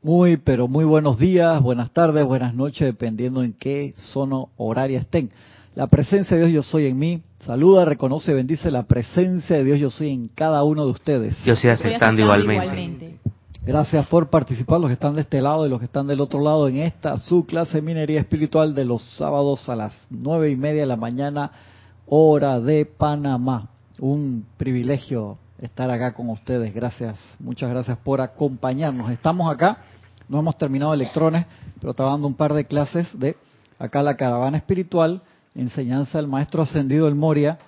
Muy, pero muy buenos días, buenas tardes, buenas noches, dependiendo en qué zona horaria estén. La presencia de Dios Yo Soy en mí saluda, reconoce y bendice la presencia de Dios Yo Soy en cada uno de ustedes. Yo estoy aceptando igualmente. Gracias por participar, los que están de este lado y los que están del otro lado, en esta su clase de minería espiritual de los sábados a las 9:30 de la mañana, hora de Panamá. Un privilegio estar acá con ustedes. Gracias, muchas gracias por acompañarnos. Estamos acá, no hemos terminado electrones, pero estaba dando un par de clases de acá la caravana espiritual, enseñanza del maestro ascendido El Moria.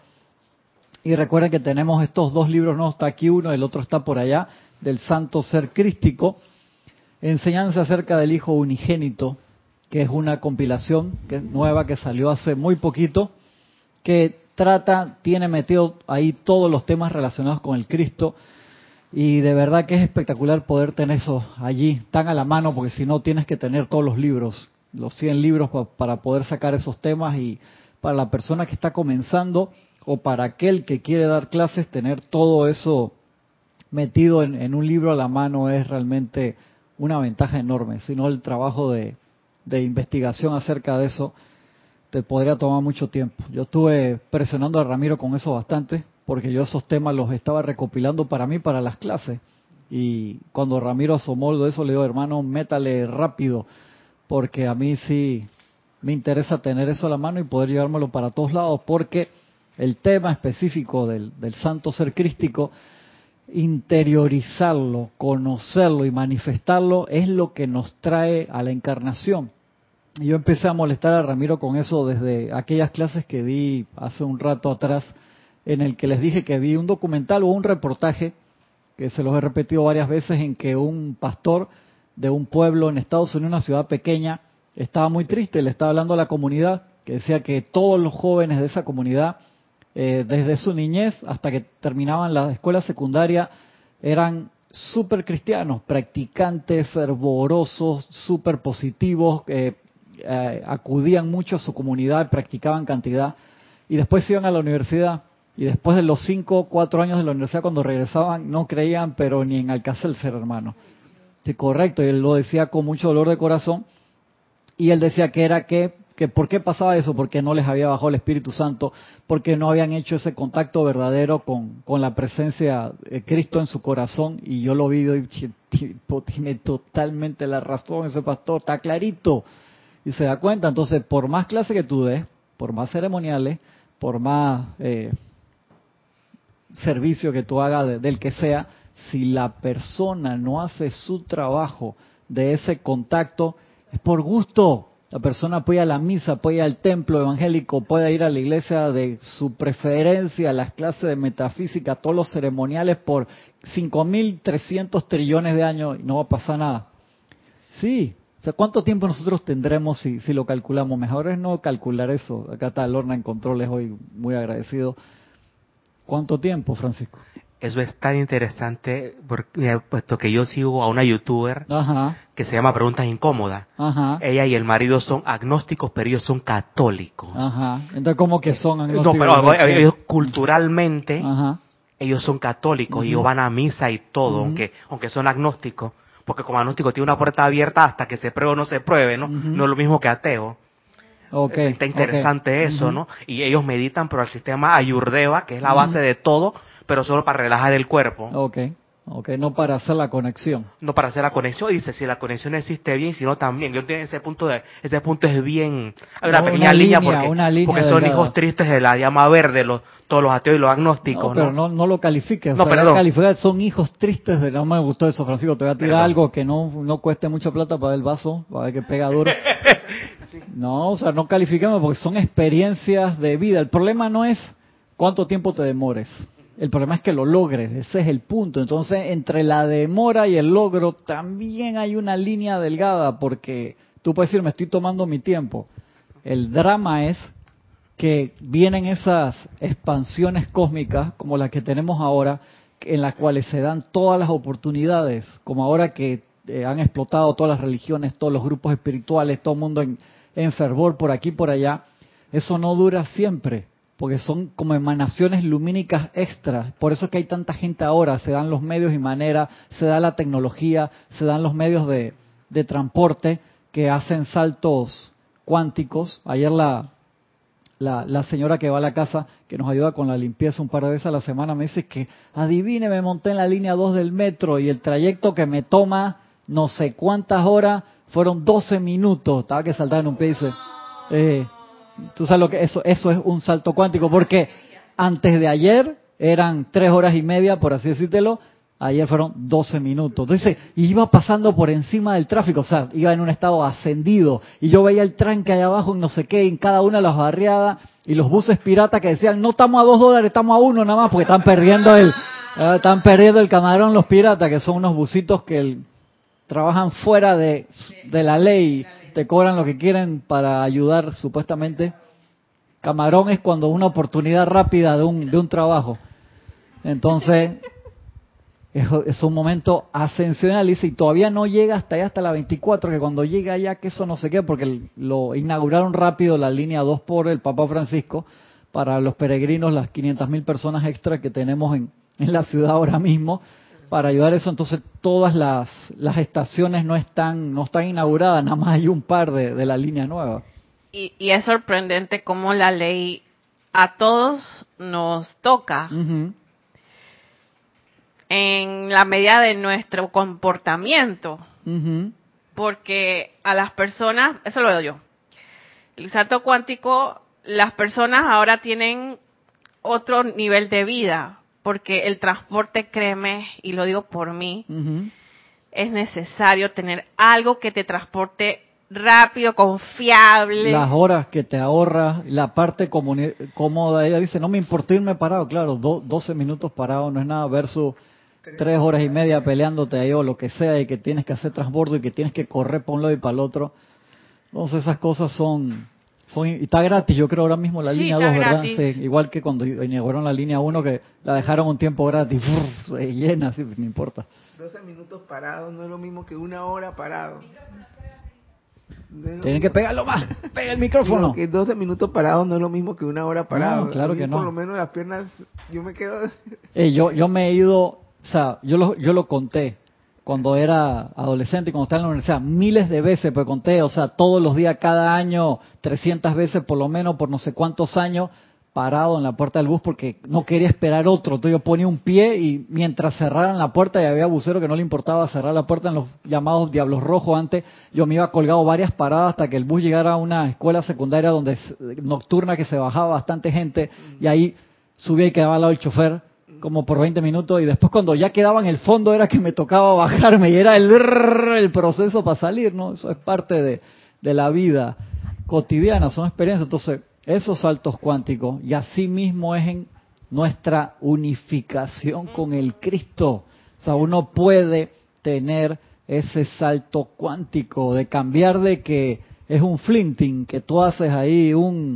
Y recuerden que tenemos estos dos libros, no está aquí uno, el otro está por allá, del Santo Ser Crístico, enseñanza acerca del Hijo Unigénito, que es una compilación nueva que salió hace muy poquito, que tiene metido ahí todos los temas relacionados con el Cristo, y de verdad que es espectacular poder tener eso allí tan a la mano, porque si no tienes que tener todos los libros, los 100 libros para poder sacar esos temas, y para la persona que está comenzando o para aquel que quiere dar clases, tener todo eso metido en un libro a la mano es realmente una ventaja enorme. Si no, el trabajo de investigación acerca de eso te podría tomar mucho tiempo. Yo estuve presionando a Ramiro con eso bastante, porque yo esos temas los estaba recopilando para mí, para las clases. Y cuando Ramiro asomó de eso, le digo, hermano, métale rápido, porque a mí sí me interesa tener eso a la mano y poder llevármelo para todos lados, porque el tema específico del Santo Ser Crístico, interiorizarlo, conocerlo y manifestarlo es lo que nos trae a la encarnación. Y yo empecé a molestar a Ramiro con eso desde aquellas clases que di hace un rato atrás, en el que les dije que vi un documental o un reportaje, que se los he repetido varias veces, en que un pastor de un pueblo en Estados Unidos, una ciudad pequeña, estaba muy triste, le estaba hablando a la comunidad, que decía que todos los jóvenes de esa comunidad, desde su niñez hasta que terminaban la escuela secundaria, eran súper cristianos, practicantes, fervorosos, súper positivos, acudían mucho a su comunidad, practicaban cantidad, y después se iban a la universidad, y después de los 4 años de la universidad, cuando regresaban, no creían, pero ni en Alcácer, hermano. Sí, correcto, y él lo decía con mucho dolor de corazón, y él decía que era que ¿por qué pasaba eso? Porque no les había bajado el Espíritu Santo, porque no habían hecho ese contacto verdadero con la presencia de Cristo en su corazón. Y yo lo vi y tipo, tiene totalmente la razón ese pastor, está clarito. Y se da cuenta, entonces, por más clase que tú des, por más ceremoniales, por más servicio que tú hagas del que sea, si la persona no hace su trabajo de ese contacto, es por gusto. La persona puede ir a la misa, puede ir al templo evangélico, puede ir a la iglesia de su preferencia, a las clases de metafísica, todos los ceremoniales por 5.300 trillones de años y no va a pasar nada. Sí, o sea, ¿cuánto tiempo nosotros tendremos si lo calculamos? Mejor es no calcular eso. Acá está Lorna en controles hoy, muy agradecido. ¿Cuánto tiempo, Francisco? Eso es tan interesante, porque, puesto que yo sigo a una youtuber que se llama Preguntas Incómodas. Ella y el marido son agnósticos, pero ellos son católicos. Entonces, ¿cómo que son agnósticos? No, pero ellos culturalmente, ellos son católicos, y ellos van a misa y todo, aunque son agnósticos, porque como agnóstico tiene una puerta abierta hasta que se pruebe o no se pruebe, ¿no? No es lo mismo que ateo. Está interesante eso, ¿no? Y ellos meditan, pero el sistema Ayurveda, que es la base de todo, pero solo para relajar el cuerpo. No para hacer la conexión. No para hacer la conexión. Dice, si la conexión existe bien, si no también. Yo entiendo ese punto es bien. Hay una pequeña línea porque son hijos tristes de la llama verde, todos los ateos y los agnósticos. No, pero no lo califiques. No, perdón. Son hijos tristes de la. No me gustó eso, Francisco. Te voy a tirar algo que no cueste mucha plata para el vaso, para ver que pega duro. No, o sea, no calificamos porque son experiencias de vida. El problema no es cuánto tiempo te demores. El problema es que lo logres, ese es el punto. Entonces, entre la demora y el logro también hay una línea delgada, porque tú puedes decir, me estoy tomando mi tiempo. El drama es que vienen esas expansiones cósmicas, como las que tenemos ahora, en las cuales se dan todas las oportunidades, como ahora que han explotado todas las religiones, todos los grupos espirituales, todo el mundo en fervor por aquí y por allá. Eso no dura siempre, porque son como emanaciones lumínicas extras. Por eso es que hay tanta gente ahora, se dan los medios y maneras, se da la tecnología, se dan los medios de de transporte que hacen saltos cuánticos. Ayer la señora que va a la casa, que nos ayuda con la limpieza un par de veces a la semana, me dice que, adivine, me monté en la línea 2 del metro y el trayecto que me toma no sé cuántas horas fueron 12 minutos. Estaba que saltaba en un pie y dice, tú sabes lo que eso es un salto cuántico, porque antes de ayer eran 3 horas y media, por así decírtelo, ayer fueron 12 minutos. Entonces, y iba pasando por encima del tráfico, o sea, iba en un estado ascendido, y yo veía el tranque allá abajo en no sé qué, en cada una de las barriadas, y los buses piratas que decían, no estamos a $2, estamos a 1 nada más, porque están perdiendo el camarón los piratas, que son unos busitos que trabajan fuera de la ley, te cobran lo que quieren para ayudar supuestamente. Camarón es cuando una oportunidad rápida de un trabajo. Entonces, es un momento ascensional, y todavía no llega hasta allá, hasta la 24, que cuando llega allá, que eso no sé qué, porque lo inauguraron rápido la línea 2 por el Papa Francisco, para los peregrinos, las 500.000 personas extra que tenemos en la ciudad ahora mismo, para ayudar a eso. Entonces todas las estaciones no están inauguradas, nada más hay un par de la línea nueva. Y es sorprendente cómo la ley a todos nos toca. Uh-huh. En la medida de nuestro comportamiento. Uh-huh. Porque a las personas, eso lo veo yo, el salto cuántico, las personas ahora tienen otro nivel de vida, porque el transporte, créeme, y lo digo por mí, uh-huh, es necesario tener algo que te transporte rápido, confiable. Las horas que te ahorras, la parte cómoda. Ella dice, no me importa irme parado. Claro, 12 minutos parado no es nada versus 3 horas y media peleándote ahí o lo que sea, y que tienes que hacer transbordo y que tienes que correr para un lado y para el otro. Entonces esas cosas son y está gratis, yo creo ahora mismo la línea 2, ¿verdad? Sí, igual que cuando inauguraron la línea 1, que la dejaron un tiempo gratis, se llena, así, no importa. 12 minutos parado no es lo mismo que 1 hora parado. Tienen que pegarlo más, pega el micrófono. Digo que 12 minutos parados no es lo mismo que 1 hora parado. No, claro que no. Por lo menos las piernas, yo me quedo... yo me he ido, o sea, yo lo conté cuando era adolescente y cuando estaba en la universidad, miles de veces, pues conté, o sea, todos los días, cada año, 300 veces por lo menos, por no sé cuántos años, parado en la puerta del bus porque no quería esperar otro. Entonces yo ponía un pie y mientras cerraran la puerta, y había bucero que no le importaba cerrar la puerta en los llamados Diablos Rojos antes, yo me iba colgado varias paradas hasta que el bus llegara a una escuela secundaria nocturna que se bajaba bastante gente, y ahí subía y quedaba al lado del chofer como por 20 minutos, y después cuando ya quedaba en el fondo era que me tocaba bajarme, y era el proceso para salir, ¿no? Eso es parte de la vida cotidiana, son experiencias. Entonces, esos saltos cuánticos, y así mismo es en nuestra unificación con el Cristo. O sea, uno puede tener ese salto cuántico de cambiar de que es un flinting, que tú haces ahí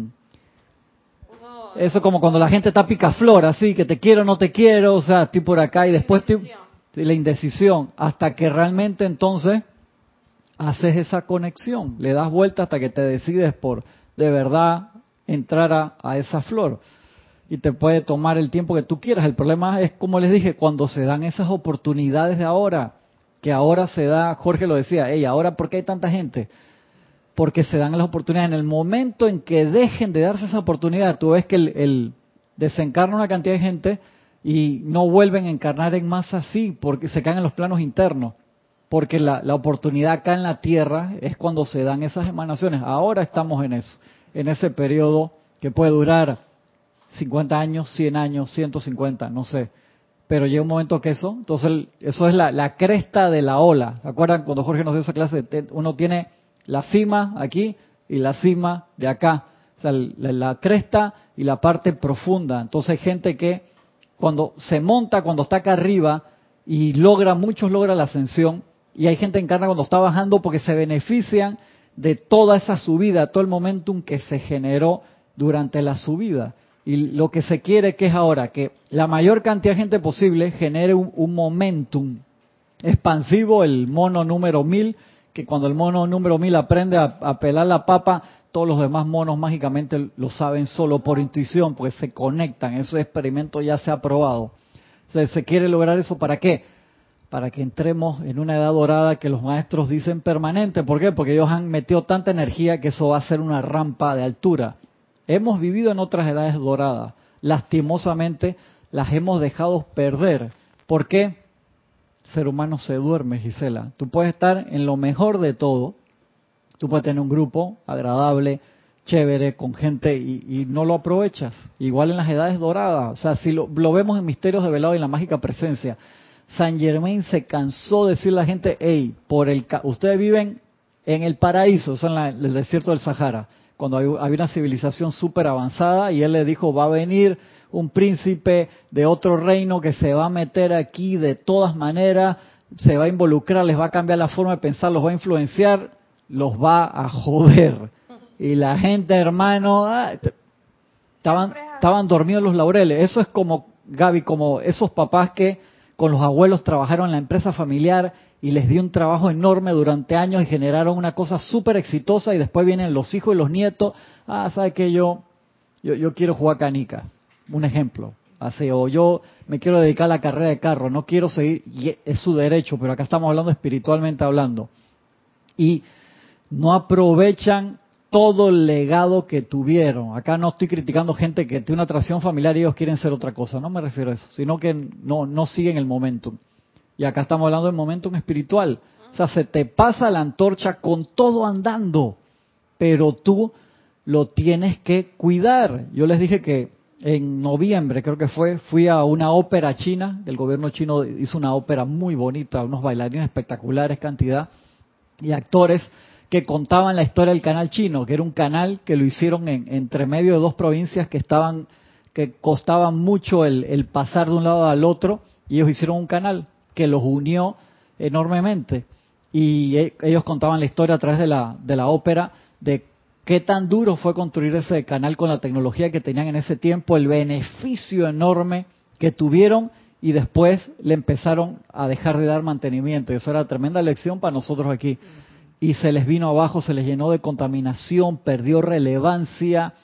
eso como cuando la gente está picaflor, así, que te quiero o no te quiero, o sea, estoy por acá, y después la indecisión, hasta que realmente entonces haces esa conexión, le das vuelta hasta que te decides por de verdad entrar a esa flor. Y te puede tomar el tiempo que tú quieras. El problema es, como les dije, cuando se dan esas oportunidades de ahora, que ahora se da, Jorge lo decía, ahora ¿por qué hay tanta gente? Porque se dan las oportunidades. En el momento en que dejen de darse esa oportunidad, tú ves que el desencarna una cantidad de gente y no vuelven a encarnar en masa así, porque se caen en los planos internos. Porque la oportunidad acá en la Tierra es cuando se dan esas emanaciones. Ahora estamos en eso, en ese periodo que puede durar 50 años, 100 años, 150, no sé. Pero llega un momento que entonces eso es la cresta de la ola. ¿Se acuerdan cuando Jorge nos dio esa clase? Uno tiene la cima aquí y la cima de acá, o sea, la cresta y la parte profunda. Entonces hay gente que cuando se monta, cuando está acá arriba y muchos logran la ascensión, y hay gente que encarna cuando está bajando porque se benefician de toda esa subida, todo el momentum que se generó durante la subida. Y lo que se quiere que es ahora que la mayor cantidad de gente posible genere un momentum expansivo, el mono número 1000, que cuando el mono número 1000 aprende a pelar la papa, todos los demás monos mágicamente lo saben solo por intuición, porque se conectan. Ese experimento ya se ha probado. Se quiere lograr eso, ¿para qué? para que entremos en una edad dorada que los maestros dicen permanente. ¿Por qué? Porque ellos han metido tanta energía que eso va a ser una rampa de altura. Hemos vivido en otras edades doradas. Lastimosamente las hemos dejado perder. ¿Por qué? El ser humano se duerme, Gisela. Tú puedes estar en lo mejor de todo. Tú puedes tener un grupo agradable, chévere, con gente y no lo aprovechas. Igual en las edades doradas. O sea, si lo vemos en Misterios Develados y en la Mágica Presencia. Saint Germain se cansó de decirle a la gente, hey, ustedes viven en el paraíso, o sea, en el desierto del Sahara, cuando había una civilización súper avanzada, y él le dijo, va a venir un príncipe de otro reino que se va a meter aquí de todas maneras, se va a involucrar, les va a cambiar la forma de pensar, los va a influenciar, los va a joder. Y la gente, hermano, estaban dormidos en los laureles. Eso es como, Gaby, como esos papás que con los abuelos trabajaron en la empresa familiar y les dio un trabajo enorme durante años y generaron una cosa súper exitosa, y después vienen los hijos y los nietos, ¿sabe qué? Yo quiero jugar canica, un ejemplo, así, o yo me quiero dedicar a la carrera de carro, no quiero seguir, y es su derecho, pero acá estamos hablando espiritualmente hablando, y no aprovechan todo el legado que tuvieron. Acá no estoy criticando gente que tiene una atracción familiar y ellos quieren ser otra cosa, no me refiero a eso, sino que no siguen el momentum. Y acá estamos hablando del momentum espiritual. O sea, se te pasa la antorcha con todo andando, pero tú lo tienes que cuidar. Yo les dije que en noviembre, creo que fui a una ópera china, el gobierno chino hizo una ópera muy bonita, unos bailarines espectaculares, cantidad, y actores que contaban la historia del canal chino, que era un canal que lo hicieron entre medio de dos provincias que costaban mucho el pasar de un lado al otro, y ellos hicieron un canal que los unió enormemente. Y ellos contaban la historia a través de la ópera de qué tan duro fue construir ese canal con la tecnología que tenían en ese tiempo, el beneficio enorme que tuvieron, y después le empezaron a dejar de dar mantenimiento. Y eso era tremenda lección para nosotros aquí. Y se les vino abajo, se les llenó de contaminación, perdió relevancia,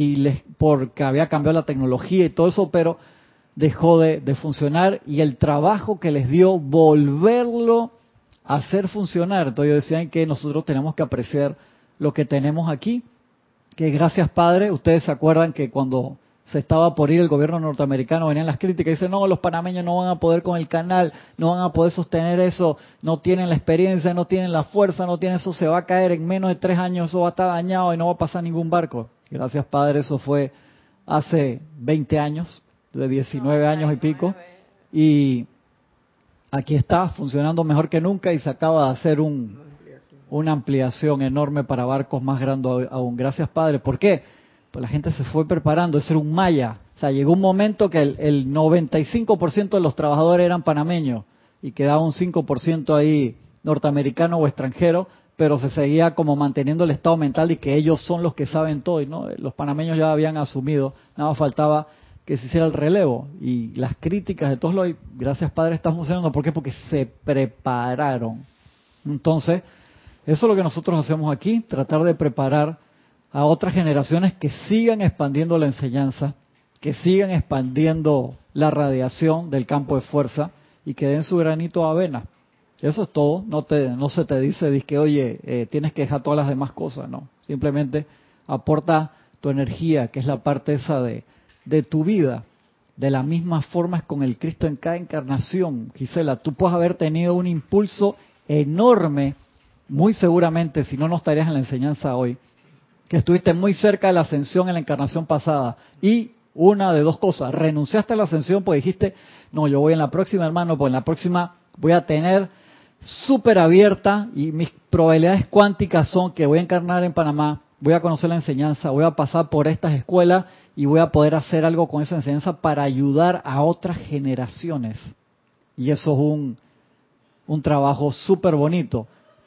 porque había cambiado la tecnología y todo eso, pero dejó de funcionar, y el trabajo que les dio volverlo a hacer funcionar. Entonces ellos decían que nosotros tenemos que apreciar lo que tenemos aquí, que gracias Padre. Ustedes se acuerdan que cuando se estaba por ir el gobierno norteamericano venían las críticas, dicen, no, los panameños no van a poder con el canal, no van a poder sostener eso, no tienen la experiencia, no tienen la fuerza, no tienen eso, se va a caer en menos de 3 años, eso va a estar dañado y no va a pasar ningún barco. Gracias Padre, eso fue hace 20 años, de 19 años y pico, y aquí está funcionando mejor que nunca, y se acaba de hacer una ampliación enorme para barcos más grandes aún. Gracias Padre. ¿Por qué? Pues la gente se fue preparando, eso era un maya. O sea, llegó un momento que el 95% de los trabajadores eran panameños y quedaba un 5% ahí norteamericano o extranjero, pero se seguía como manteniendo el estado mental de que ellos son los que saben todo, y no, los panameños ya habían asumido, nada más faltaba que se hiciera el relevo. Y las críticas de todos los, gracias Padre, están funcionando. ¿Por qué? Porque se prepararon. Entonces, eso es lo que nosotros hacemos aquí, tratar de preparar a otras generaciones que sigan expandiendo la enseñanza, que sigan expandiendo la radiación del campo de fuerza, y que den su granito de avena. Eso es todo. No se te dice que, oye, tienes que dejar todas las demás cosas, no. Simplemente aporta tu energía, que es la parte esa de tu vida. De la misma forma es con el Cristo en cada encarnación. Gisela, tú puedes haber tenido un impulso enorme, muy seguramente, si no, no estarías en la enseñanza hoy, que estuviste muy cerca de la ascensión en la encarnación pasada, y una de dos cosas, renunciaste a la ascensión porque dijiste, no, yo voy en la próxima, hermano, pues en la próxima voy a tener súper abierta, y mis probabilidades cuánticas son que voy a encarnar en Panamá, voy a conocer la enseñanza, voy a pasar por estas escuelas y voy a poder hacer algo con esa enseñanza para ayudar a otras generaciones. Y eso es un trabajo súper bonito.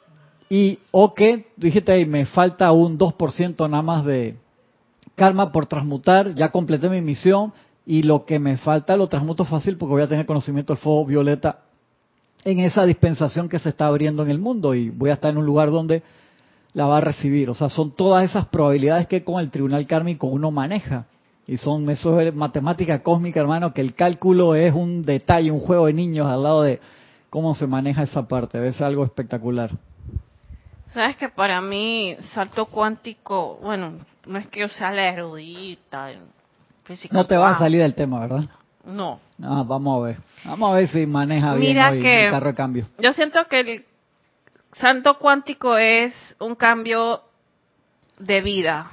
Y o que dijiste, ahí me falta un 2% nada más de karma por transmutar, ya completé mi misión, y lo que me falta lo transmuto fácil porque voy a tener conocimiento del fuego violeta en esa dispensación que se está abriendo en el mundo, y voy a estar en un lugar donde la va a recibir. O sea, son todas esas probabilidades que con el tribunal kármico uno maneja, y eso es matemática cósmica, hermano, que el cálculo es un detalle, un juego de niños al lado de ¿Cómo se maneja esa parte? Es algo espectacular. Sabes que para mí, salto cuántico, bueno, no es que yo sea la erudita en física. No te vas a salir del tema, ¿verdad? No. Ah, vamos a ver. Vamos a ver si maneja bien Mira hoy que el carro de cambio. yo siento que el salto cuántico es un cambio de vida.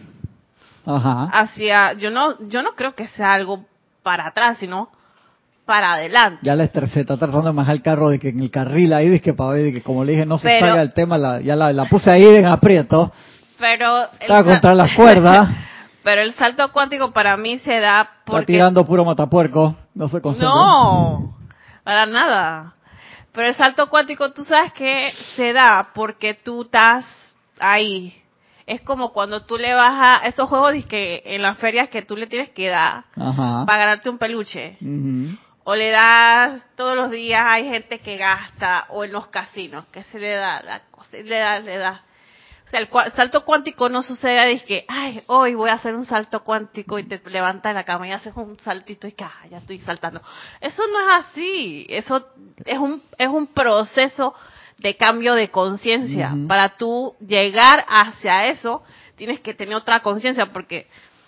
Ajá. Hacia, yo no creo que sea algo para atrás, sino para adelante. Ya la estresé, está tratando de manejar el carro de que en el carril ahí, de que para ver, de que como le dije, no se salga del tema, ya la puse ahí en aprieto. Pero estaba contra la cuerda. Pero el salto cuántico para mí se da porque... Está tirando puro matapuerco, no se concentra. No, para nada. Pero el salto cuántico, tú sabes que se da porque tú estás ahí. Es como cuando tú le vas a esos juegos que en las ferias que tú le tienes que dar para ganarte un peluche. O le das todos los días, hay gente que gasta, o en los casinos, que se le da la cosa, le da. O sea, el salto cuántico no sucede de que, ay, hoy voy a hacer un salto cuántico y te levantas de la cama y haces un saltito y que, ya estoy saltando. Eso no es así. Eso es un proceso de cambio de conciencia. Para tú llegar hacia eso, tienes que tener otra conciencia porque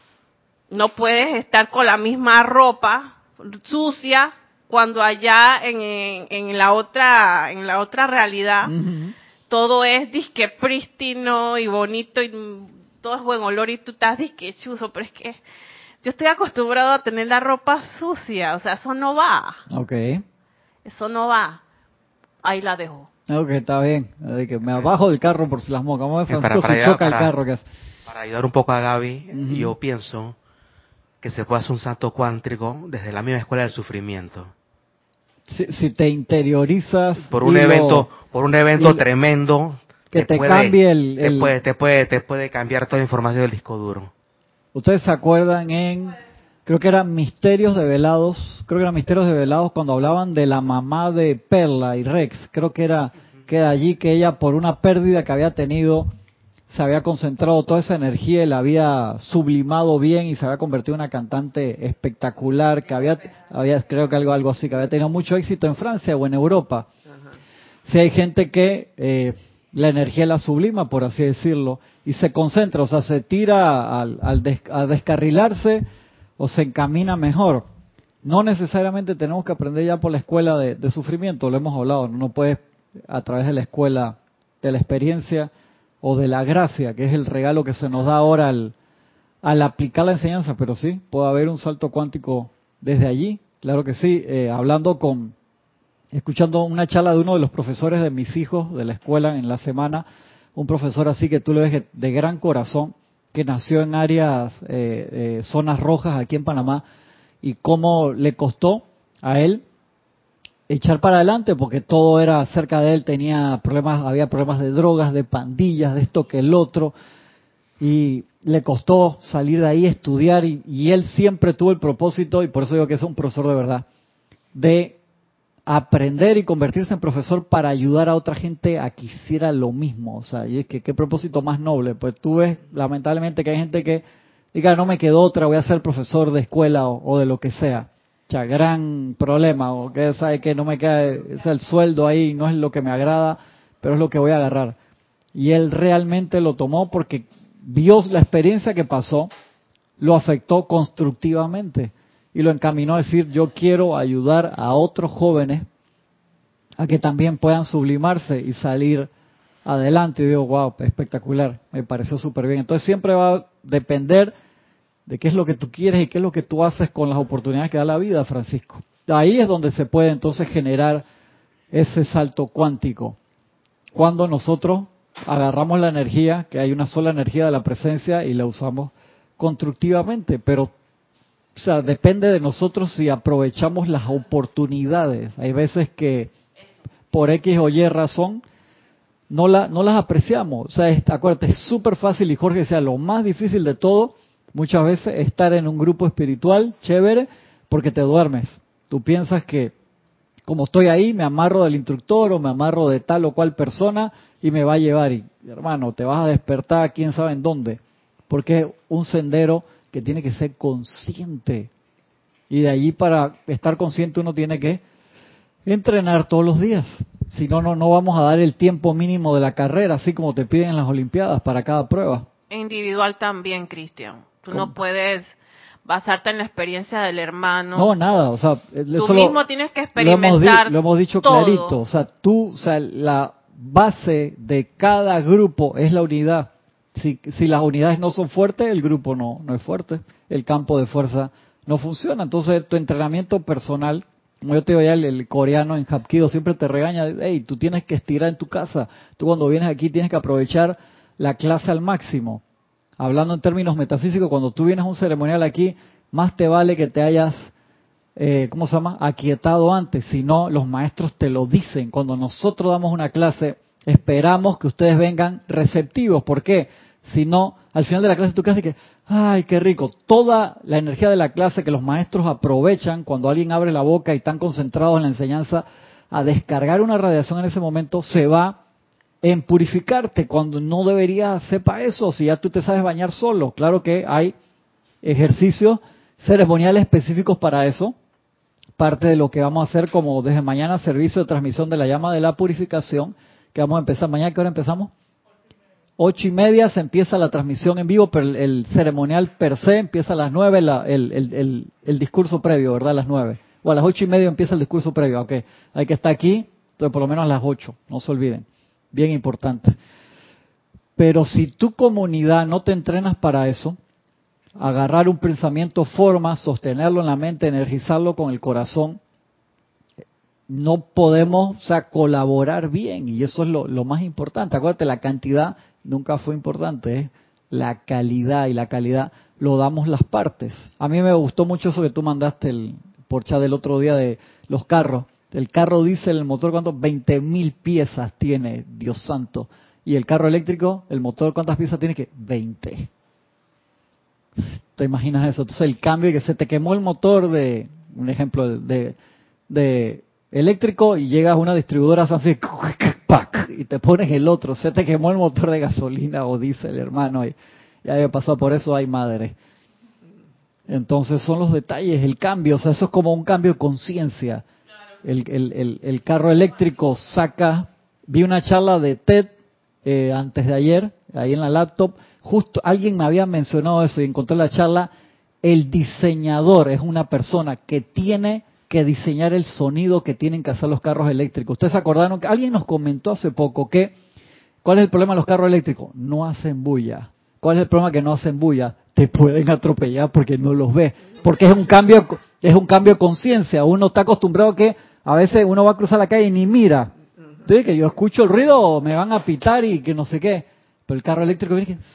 no puedes estar con la misma ropa sucia cuando allá en la otra realidad todo es disque prístino y bonito y todo es buen olor y tú estás disque chuzo, pero es que yo estoy acostumbrado a tener la ropa sucia, o sea, eso no va. Okay. Eso no va. Ahí la dejo. Ok, está bien. De que me abajo del carro por si las moscas. Vamos a ver, Francisco, si choca el carro. ¿Qué hace? Para ayudar un poco a Gaby, yo pienso que se puede hacer un salto cuántico desde la misma escuela del sufrimiento. Si te interiorizas por un evento tremendo que te cambie te puede cambiar toda la información del disco duro. Ustedes se acuerdan creo que eran Misterios Develados cuando hablaban de la mamá de Perla y Rex. Creo que era allí que ella, por una pérdida que había tenido, se había concentrado toda esa energía y la había sublimado bien y se había convertido en una cantante espectacular que había creo que algo así, que había tenido mucho éxito en Francia o en Europa. Si hay gente que la energía la sublima, por así decirlo, y se concentra, o sea, se tira a descarrilarse o se encamina mejor. No necesariamente tenemos que aprender ya por la escuela de sufrimiento, lo hemos hablado, no puedes a través de la escuela de la experiencia o de la gracia, que es el regalo que se nos da ahora al aplicar la enseñanza, pero sí, puede haber un salto cuántico desde allí, claro que sí. Escuchando una charla de uno de los profesores de mis hijos de la escuela en la semana, un profesor así que tú le ves de gran corazón, que nació en áreas, zonas rojas aquí en Panamá, y cómo le costó a él echar para adelante porque todo era cerca de él, había problemas de drogas, de pandillas, de esto que el otro, y le costó salir de ahí, estudiar, y él siempre tuvo el propósito, y por eso digo que es un profesor de verdad, de aprender y convertirse en profesor para ayudar a otra gente a que hiciera lo mismo. O sea, y es que qué propósito más noble. Pues tú ves lamentablemente que hay gente que diga, no me quedó otra, voy a ser profesor de escuela o de lo que sea. O sea, gran problema, o que sabe que no me queda, es el sueldo ahí, no es lo que me agrada, pero es lo que voy a agarrar. Y él realmente lo tomó porque vio la experiencia que pasó, lo afectó constructivamente y lo encaminó a decir, yo quiero ayudar a otros jóvenes a que también puedan sublimarse y salir adelante. Y digo, wow, espectacular, me pareció súper bien. Entonces siempre va a depender de qué es lo que tú quieres y qué es lo que tú haces con las oportunidades que da la vida, Francisco. Ahí es donde se puede entonces generar ese salto cuántico. Cuando nosotros agarramos la energía, que hay una sola energía de la presencia, y la usamos constructivamente, pero o sea, depende de nosotros si aprovechamos las oportunidades. Hay veces que por X o Y razón no las apreciamos. O sea, acuérdate, es súper fácil, y Jorge decía, lo más difícil de todo, muchas veces, estar en un grupo espiritual chévere porque te duermes. Tú piensas que como estoy ahí, me amarro del instructor o me amarro de tal o cual persona y me va a llevar. Y hermano, te vas a despertar quién sabe en dónde, porque es un sendero que tiene que ser consciente. Y de allí, para estar consciente, uno tiene que Entrenar todos los días. Si no, no vamos a dar el tiempo mínimo de la carrera, así como te piden en las Olimpiadas para cada prueba. Individual también, Cristian. Tú no puedes basarte en la experiencia del hermano. No, nada, o sea, tú mismo tienes que experimentar lo hemos dicho todo. clarito, o sea, la base de cada grupo es la unidad. Si las unidades no son fuertes, el grupo no es fuerte, el campo de fuerza no funciona. Entonces, tu entrenamiento personal, como yo te digo ya, el coreano en Hapkido siempre te regaña, hey, tú tienes que estirar en tu casa, tú cuando vienes aquí tienes que aprovechar la clase al máximo. Hablando en términos metafísicos, cuando tú vienes a un ceremonial aquí, más te vale que te hayas, ¿cómo se llama?, aquietado antes. Si no, los maestros te lo dicen. Cuando nosotros damos una clase, esperamos que ustedes vengan receptivos. ¿Por qué? Si no, al final de la clase tú quedas que, ¡ay, qué rico! Toda la energía de la clase que los maestros aprovechan cuando alguien abre la boca y están concentrados en la enseñanza a descargar una radiación en ese momento, se va en purificarte cuando no deberías hacer para eso, si ya tú te sabes bañar solo. Claro que hay ejercicios ceremoniales específicos para eso, parte de lo que vamos a hacer como desde mañana servicio de transmisión de la llama de la purificación, que vamos a empezar mañana. ¿Qué hora empezamos? 8:30 se empieza la transmisión en vivo, pero el ceremonial per se empieza a las 9, el discurso previo, ¿verdad? A las 9. O a las 8:30 empieza el discurso previo, ok. Hay que estar aquí, entonces por lo menos a las 8, no se olviden. Bien importante. Pero si tu comunidad no te entrenas para eso, agarrar un pensamiento forma, sostenerlo en la mente, energizarlo con el corazón, no podemos, colaborar bien, y eso es lo más importante. Acuérdate, la cantidad nunca fue importante, ¿eh? La calidad, y la calidad lo damos las partes. A mí me gustó mucho eso que tú mandaste por chat del otro día de los carros. El carro diésel, el motor, ¿cuántos? 20.000 piezas tiene, Dios santo. Y el carro eléctrico, el motor, ¿cuántas piezas tiene? Que 20. ¿Te imaginas eso? Entonces el cambio, que se te quemó el motor de, un ejemplo, de eléctrico, y llegas a una distribuidora así, y te pones el otro. Se te quemó el motor de gasolina o diésel, hermano. Y ya había pasado por eso, hay madre. Entonces son los detalles, el cambio, eso es como un cambio de conciencia. El carro eléctrico vi una charla de TED antes de ayer, ahí en la laptop, justo alguien me había mencionado eso y encontré la charla. El diseñador es una persona que tiene que diseñar el sonido que tienen que hacer los carros eléctricos. Ustedes se acordaron que alguien nos comentó hace poco que, ¿cuál es el problema de los carros eléctricos? No hacen bulla. ¿Cuál es el problema? Que no hacen bulla. Te pueden atropellar porque no los ves. Porque es un cambio de conciencia. Uno está acostumbrado a que a veces uno va a cruzar la calle y ni mira. Entonces, que yo escucho el ruido, me van a pitar y que no sé qué. Pero el carro eléctrico viene que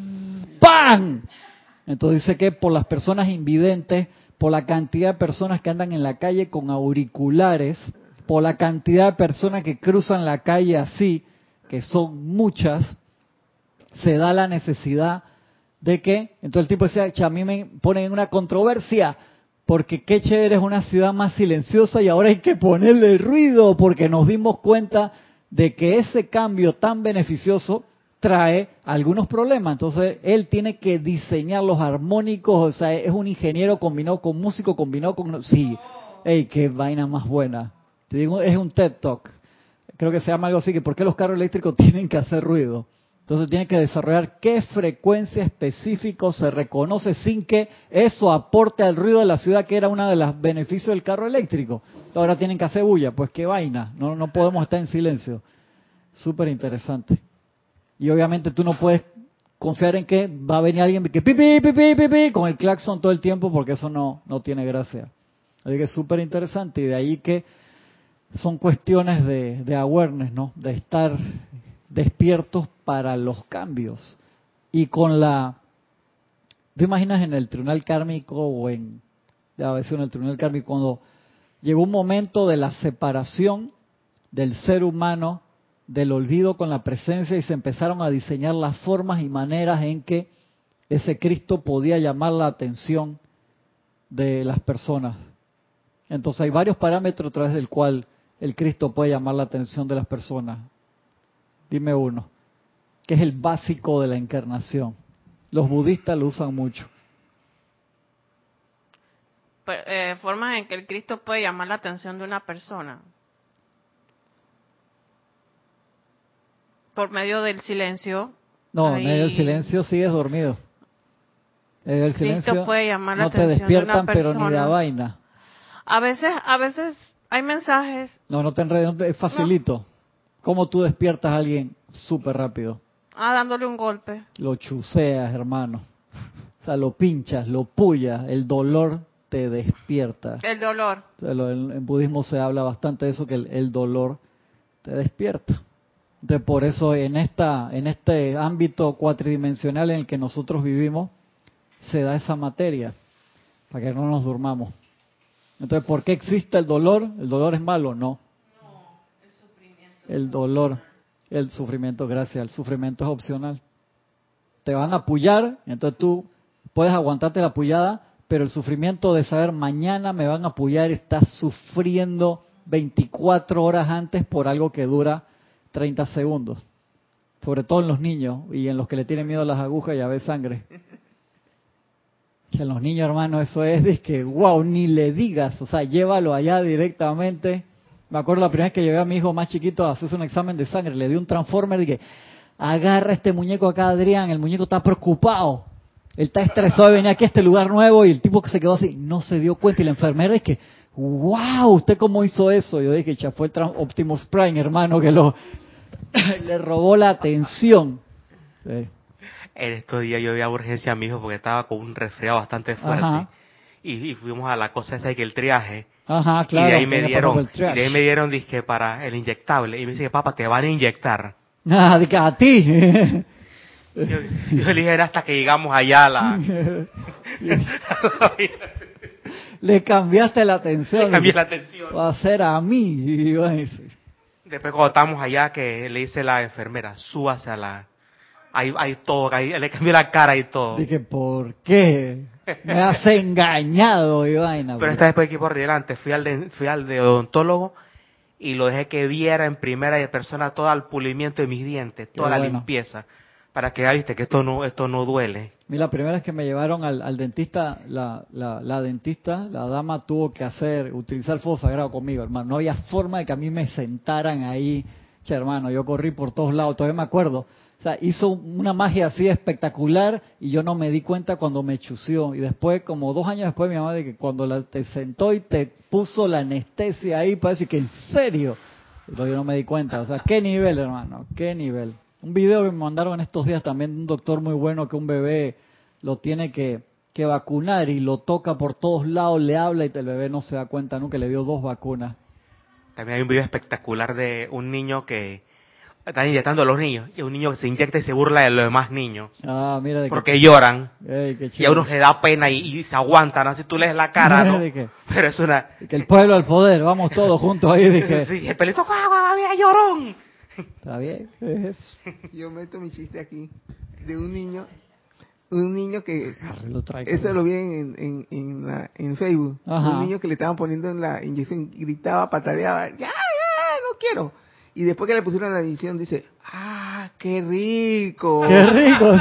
¡pam! Entonces dice que por las personas invidentes, por la cantidad de personas que andan en la calle con auriculares, por la cantidad de personas que cruzan la calle así, que son muchas, se da la necesidad de que, entonces el tipo decía, a mí me ponen en una controversia, porque qué chévere es una ciudad más silenciosa y ahora hay que ponerle ruido, porque nos dimos cuenta de que ese cambio tan beneficioso trae algunos problemas. Entonces él tiene que diseñar los armónicos, o sea, es un ingeniero combinado con músico, combinado con... Sí, ¡ey, qué vaina más buena! Te digo, es un TED Talk. Creo que se llama algo así, que ¿por qué los carros eléctricos tienen que hacer ruido? Entonces tiene que desarrollar qué frecuencia específica se reconoce sin que eso aporte al ruido de la ciudad, que era uno de los beneficios del carro eléctrico. Ahora tienen que hacer bulla, pues qué vaina, no podemos estar en silencio. Súper interesante. Y obviamente tú no puedes confiar en que va a venir alguien que pipi, pipi, pipi, con el claxon todo el tiempo, porque eso no tiene gracia. Así que es súper interesante, y de ahí que son cuestiones de awareness, ¿no? De estar despiertos para los cambios. Y con ¿te imaginas en el tribunal kármico o a veces en el tribunal kármico, cuando llegó un momento de la separación del ser humano, del olvido con la presencia, y se empezaron a diseñar las formas y maneras en que ese Cristo podía llamar la atención de las personas? Entonces hay varios parámetros a través del cual el Cristo puede llamar la atención de las personas. Dime uno, que es el básico de la encarnación. Los budistas lo usan mucho. Formas en que el Cristo puede llamar la atención de una persona. por medio del silencio. No, en medio del silencio sigues dormido. En medio del silencio puede llamar la no te atención de una despiertan, pero ni de persona. vaina. A veces hay mensajes. No te enredes, es facilito. No. ¿Cómo tú despiertas a alguien súper rápido? Dándole un golpe. Lo chuseas, hermano. O sea, lo pinchas, lo pullas, el dolor te despierta. El dolor. O sea, en budismo se habla bastante de eso, que el dolor te despierta. Entonces, por eso en este ámbito cuatridimensional en el que nosotros vivimos, se da esa materia, para que no nos durmamos. Entonces, ¿por qué existe el dolor? ¿El dolor es malo? No. El sufrimiento. El dolor, el sufrimiento, gracias, el sufrimiento es opcional. Te van a apoyar, entonces tú puedes aguantarte la apoyada, pero el sufrimiento de saber mañana me van a apoyar, estás sufriendo 24 horas antes por algo que dura 30 segundos. Sobre todo en los niños y en los que le tienen miedo a las agujas y a ver sangre. Que en los niños, hermano, eso es que, wow, ni le digas, o sea, llévalo allá directamente. Me acuerdo la primera vez que llevé a mi hijo más chiquito a hacerse un examen de sangre, le di un transformer y que agarra este muñeco acá, Adrián, el muñeco está preocupado, él está estresado de venir aquí a este lugar nuevo, y el tipo que se quedó así, no se dio cuenta, y la enfermera es que, wow, ¿usted cómo hizo eso? Yo dije, ya fue el Optimus Prime, hermano, que le robó la atención. Sí. En estos días yo vi a urgencia a mi hijo porque estaba con un resfriado bastante fuerte. Y fuimos a la cosa esa de que el triaje. Ajá, claro. Y de ahí me dieron disque para el inyectable. Y me dice, papá, te van a inyectar. Ah, de que a ti. Yo le dije, hasta que llegamos allá a la... Le cambiaste la atención. Le cambié la atención. Va a ser a mí. Después cuando estábamos allá, que le dice la enfermera, súbase a la... Hay todo, le cambié la cara y todo. Dije, ¿por qué? Me has engañado y vaina. Pero esta vez después de aquí por delante, fui al de odontólogo y lo dejé que viera en primera persona todo el pulimiento de mis dientes, toda la limpieza, para que viste que esto no duele. Mira, la primera vez que me llevaron al dentista, la dentista, la dama tuvo que utilizar el fuego sagrado conmigo, hermano. No había forma de que a mí me sentaran ahí, che, hermano, yo corrí por todos lados, todavía me acuerdo. O sea, hizo una magia así espectacular y yo no me di cuenta cuando me chució. Y después, como 2 años después, mi mamá de que cuando te sentó y te puso la anestesia ahí, parece que en serio. Pero yo no me di cuenta. O sea, qué nivel, hermano, qué nivel. Un video que me mandaron en estos días también de un doctor muy bueno que un bebé lo tiene que vacunar y lo toca por todos lados, le habla y el bebé no se da cuenta nunca, le dio 2 vacunas. También hay un video espectacular de un niño que están inyectando a los niños, y un niño que se inyecta y se burla de los demás niños. Ah, mira, porque lloran. Y a unos les da pena y se aguantan, así tú lees la cara, ¿no? Pero es una... Que el pueblo al poder, vamos todos juntos ahí. Sí, el pelito, mira, llorón. Está bien, es eso. Yo meto mi chiste aquí, de un niño que... Eso lo vi en Facebook. Ajá. Un niño que le estaban poniendo en la inyección, gritaba, pataleaba, ya, no quiero. Y después que le pusieron la inyección, dice, qué rico. Qué rico.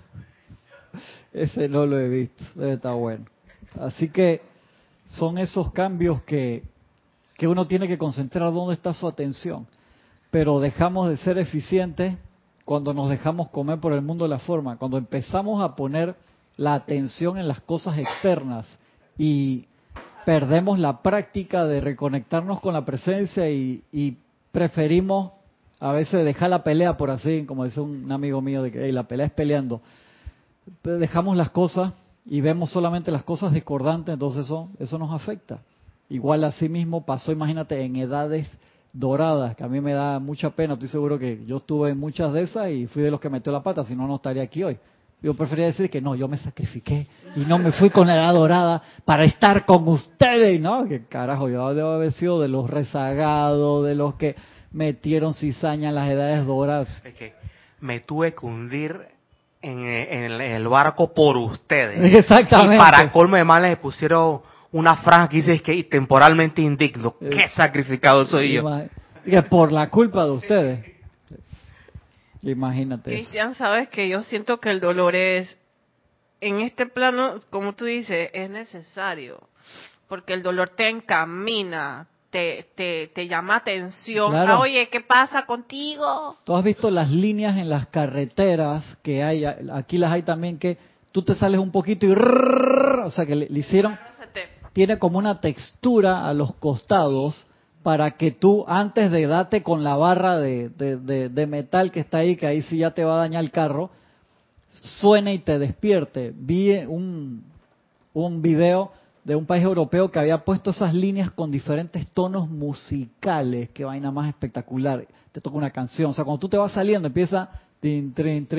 Ese no lo he visto, está bueno. Así que son esos cambios que uno tiene que concentrar dónde está su atención. Pero dejamos de ser eficientes cuando nos dejamos comer por el mundo de la forma, cuando empezamos a poner la atención en las cosas externas y perdemos la práctica de reconectarnos con la presencia y preferimos a veces dejar la pelea, por así, como dice un amigo mío, de que la pelea es peleando. Dejamos las cosas y vemos solamente las cosas discordantes, entonces eso nos afecta. Igual así mismo pasó, imagínate, en edades doradas, que a mí me da mucha pena, estoy seguro que yo estuve en muchas de esas y fui de los que metió la pata, si no, no estaría aquí hoy. Yo prefería decir que no, yo me sacrifiqué y no me fui con la edad dorada para estar con ustedes. Y no, que carajo, yo debo haber sido de los rezagados, de los que metieron cizaña en las edades doradas. Es que me tuve que hundir en el barco por ustedes. Exactamente. Y para colmo de males le pusieron una franja que dice que temporalmente indigno. ¡Qué sacrificado soy yo! Que por la culpa de ustedes. Imagínate. Cristian, sabes que yo siento que el dolor es, en este plano, como tú dices, es necesario, porque el dolor te encamina, te llama atención. Claro. Oye, ¿qué pasa contigo? Tú has visto las líneas en las carreteras que hay, aquí las hay también, que tú te sales un poquito y o sea que le hicieron, tiene como una textura a los costados para que tú antes de darte con la barra de metal que está ahí, que ahí sí ya te va a dañar el carro, suene y te despierte. Vi un video de un país europeo que había puesto esas líneas con diferentes tonos musicales. Qué vaina más espectacular. Te toca una canción. O sea, cuando tú te vas saliendo, empieza y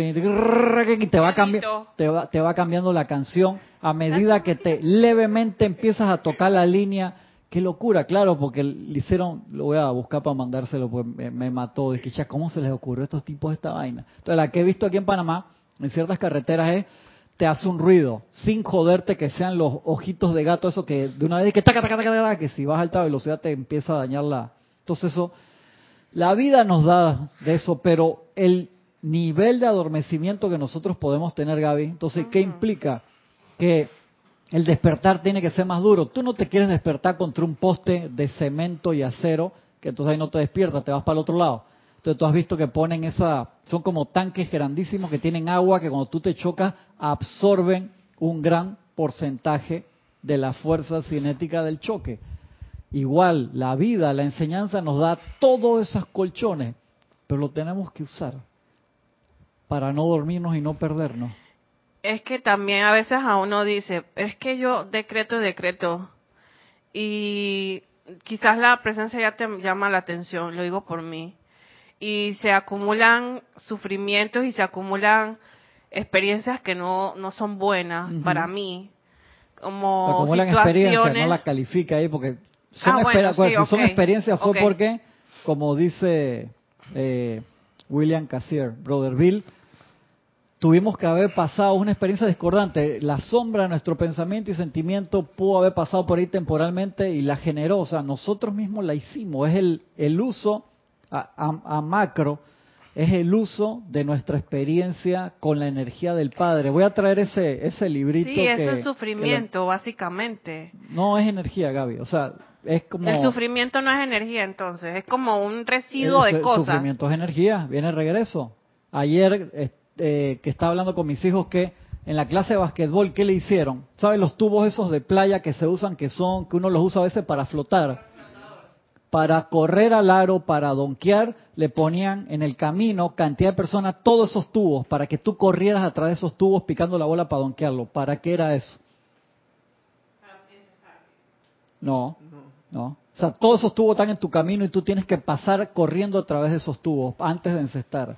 te va cambiando la canción a medida que te levemente empiezas a tocar la línea. Qué locura, claro, porque le hicieron, lo voy a buscar para mandárselo, pues me mató. Dije, ya, ¿cómo se les ocurrió a estos tipos esta vaina? Entonces, la que he visto aquí en Panamá, en ciertas carreteras, te hace un ruido, sin joderte que sean los ojitos de gato, eso que de una vez que taca, taca, taca, taca, que si vas a alta velocidad te empieza a dañar la... Entonces eso, la vida nos da de eso, pero el nivel de adormecimiento que nosotros podemos tener, Gaby, entonces, ¿qué implica? Que el despertar tiene que ser más duro. Tú no te quieres despertar contra un poste de cemento y acero, que entonces ahí no te despiertas, te vas para el otro lado. Entonces tú has visto que ponen son como tanques grandísimos que tienen agua que cuando tú te chocas absorben un gran porcentaje de la fuerza cinética del choque. Igual, la vida, la enseñanza nos da todos esos colchones, pero lo tenemos que usar para no dormirnos y no perdernos. Es que también a veces a uno dice, es que yo decreto, y quizás la presencia ya te llama la atención, lo digo por mí. Y se acumulan sufrimientos y se acumulan experiencias que no son buenas para mí, como acumulan experiencias, no la califica ahí porque son son experiencias fue porque, como dice William Casier, Brother Bill, tuvimos que haber pasado una experiencia discordante. La sombra de nuestro pensamiento y sentimiento pudo haber pasado por ahí temporalmente y la generó, o sea, nosotros mismos la hicimos. Es el uso a macro, es el uso de nuestra experiencia con la energía del Padre. Voy a traer ese librito. Sí, eso es sufrimiento, básicamente. No es energía, Gaby, o sea, es como... El sufrimiento no es energía, entonces, es como un residuo de cosas. El sufrimiento es energía, viene el regreso. Ayer, que estaba hablando con mis hijos que en la clase de basquetbol, ¿qué le hicieron? ¿Sabes los tubos esos de playa que se usan, que uno los usa a veces para flotar? Para correr al aro, para donkear, le ponían en el camino cantidad de personas, todos esos tubos, para que tú corrieras a través de esos tubos picando la bola para donkearlo. ¿Para qué era eso? No. O sea, todos esos tubos están en tu camino y tú tienes que pasar corriendo a través de esos tubos antes de encestar.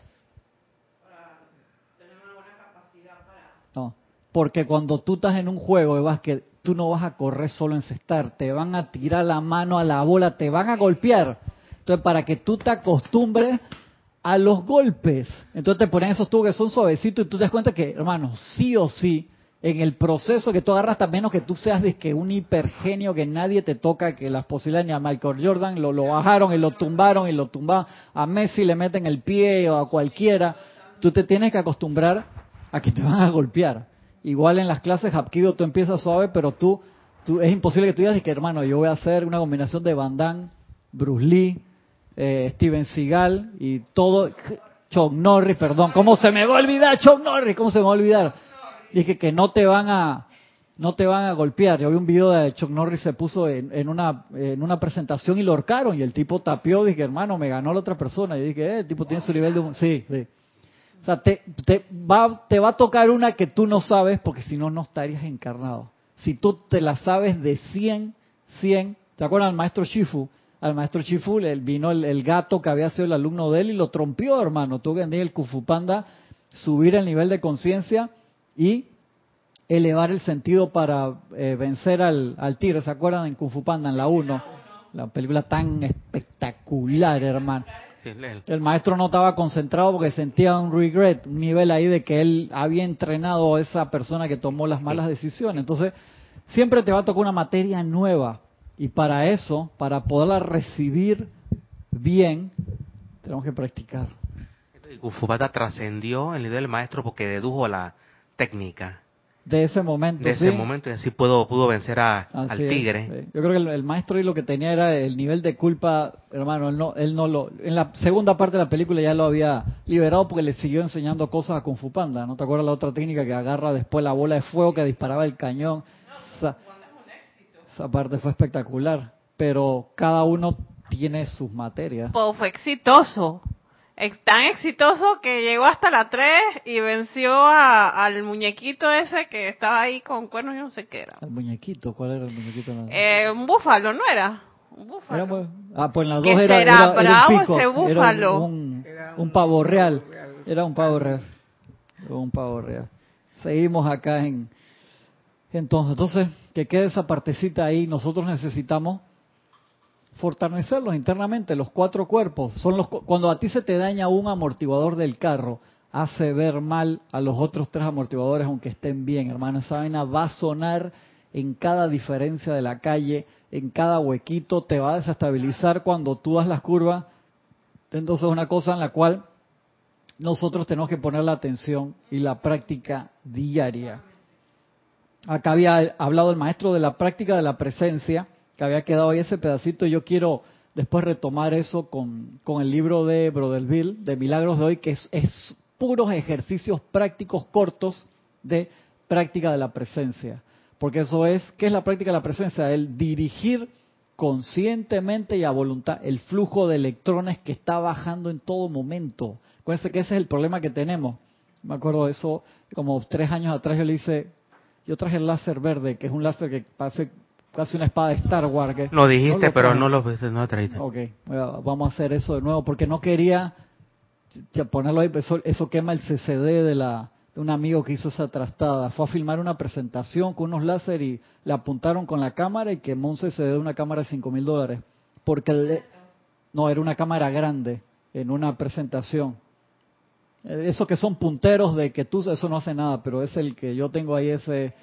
No, porque cuando tú estás en un juego de básquet, tú no vas a correr solo a encestar, te van a tirar la mano a la bola, te van a golpear. Entonces, para que tú te acostumbres a los golpes, entonces te ponen esos tubos que son suavecitos y tú te das cuenta que, hermano, sí o sí, en el proceso que tú agarras, a menos que tú seas de que un hipergenio que nadie te toca, que las posibilidades ni a Michael Jordan lo bajaron y lo tumbaron a Messi le meten el pie o a cualquiera, tú te tienes que acostumbrar a que te van a golpear. Igual en las clases Hapkido tú empiezas suave, pero tú es imposible que tú digas que, hermano, yo voy a hacer una combinación de Van Damme, Bruce Lee, Steven Seagal y todo, Chuck Norris, perdón, ¿cómo se me va a olvidar Chuck Norris? ¿Cómo se me va a olvidar? Dije que no te van a golpear. Yo vi un video de Chuck Norris, se puso en una presentación y lo ahorcaron y el tipo tapió, dije, hermano, me ganó la otra persona. Y dije, el tipo tiene su nivel de... Sí. O sea, te va a tocar una que tú no sabes porque si no, no estarías encarnado. Si tú te la sabes de 100, ¿te acuerdas al maestro Shifu? Al maestro Shifu vino el gato que había sido el alumno de él y lo trompió, hermano. Tuvo que venir el Kung Fu Panda, subir el nivel de conciencia y elevar el sentido para vencer al tigre. ¿Se acuerdan en Kung Fu Panda, en la 1? La película tan espectacular, hermano. El maestro no estaba concentrado porque sentía un regret, un nivel ahí de que él había entrenado a esa persona que tomó las malas decisiones. Entonces, siempre te va a tocar una materia nueva. Y para eso, para poderla recibir bien, tenemos que practicar. Kung Fu Panda trascendió el nivel del maestro porque dedujo la técnica. de ese momento. De ese momento, y así pudo vencer al tigre. Sí. Yo creo que el maestro y lo que tenía era el nivel de culpa, hermano. Él no lo. En la segunda parte de la película ya lo había liberado porque le siguió enseñando cosas a Kung Fu Panda. ¿No te acuerdas la otra técnica que agarra después la bola de fuego que disparaba el cañón? Esa parte fue espectacular. Pero cada uno tiene sus materias. Pues fue exitoso. Tan exitoso que llegó hasta la 3 y venció al muñequito ese que estaba ahí con cuernos y no sé qué era. ¿El muñequito? ¿Cuál era el muñequito? Un búfalo, ¿no era? Un búfalo. Pues en las dos era bravo un pico, ese búfalo. Era un pavo real. Era un pavo real. Un pavo real. Seguimos acá entonces, que quede esa partecita ahí. Nosotros necesitamos fortalecerlos internamente, los 4 cuerpos. Cuando a ti se te daña un amortiguador del carro, hace ver mal a los otros 3 amortiguadores aunque estén bien, hermano. Esa vaina va a sonar en cada diferencia de la calle, en cada huequito, te va a desestabilizar cuando tú das las curvas. Entonces es una cosa en la cual nosotros tenemos que poner la atención y la práctica diaria. Acá había hablado el maestro de la práctica de la presencia, que había quedado ahí ese pedacito. Yo quiero después retomar eso con el libro de Brother Bill, de Milagros de Hoy, que es puros ejercicios prácticos cortos de práctica de la presencia. Porque eso es, ¿qué es la práctica de la presencia? El dirigir conscientemente y a voluntad el flujo de electrones que está bajando en todo momento. Acuérdense que ese es el problema que tenemos. Me acuerdo de eso, como 3 años atrás yo traje el láser verde, que es un láser que parece casi una espada de Star Wars. Lo dijiste, pero no lo traíste. Ok, vamos a hacer eso de nuevo, porque no quería ponerlo ahí. Eso quema el CCD de un amigo que hizo esa trastada. Fue a filmar una presentación con unos láser y le apuntaron con la cámara y quemó un CCD de una cámara de $5,000. Porque no, era una cámara grande en una presentación. Eso que son punteros de que eso no hace nada, pero es el que yo tengo ahí, ese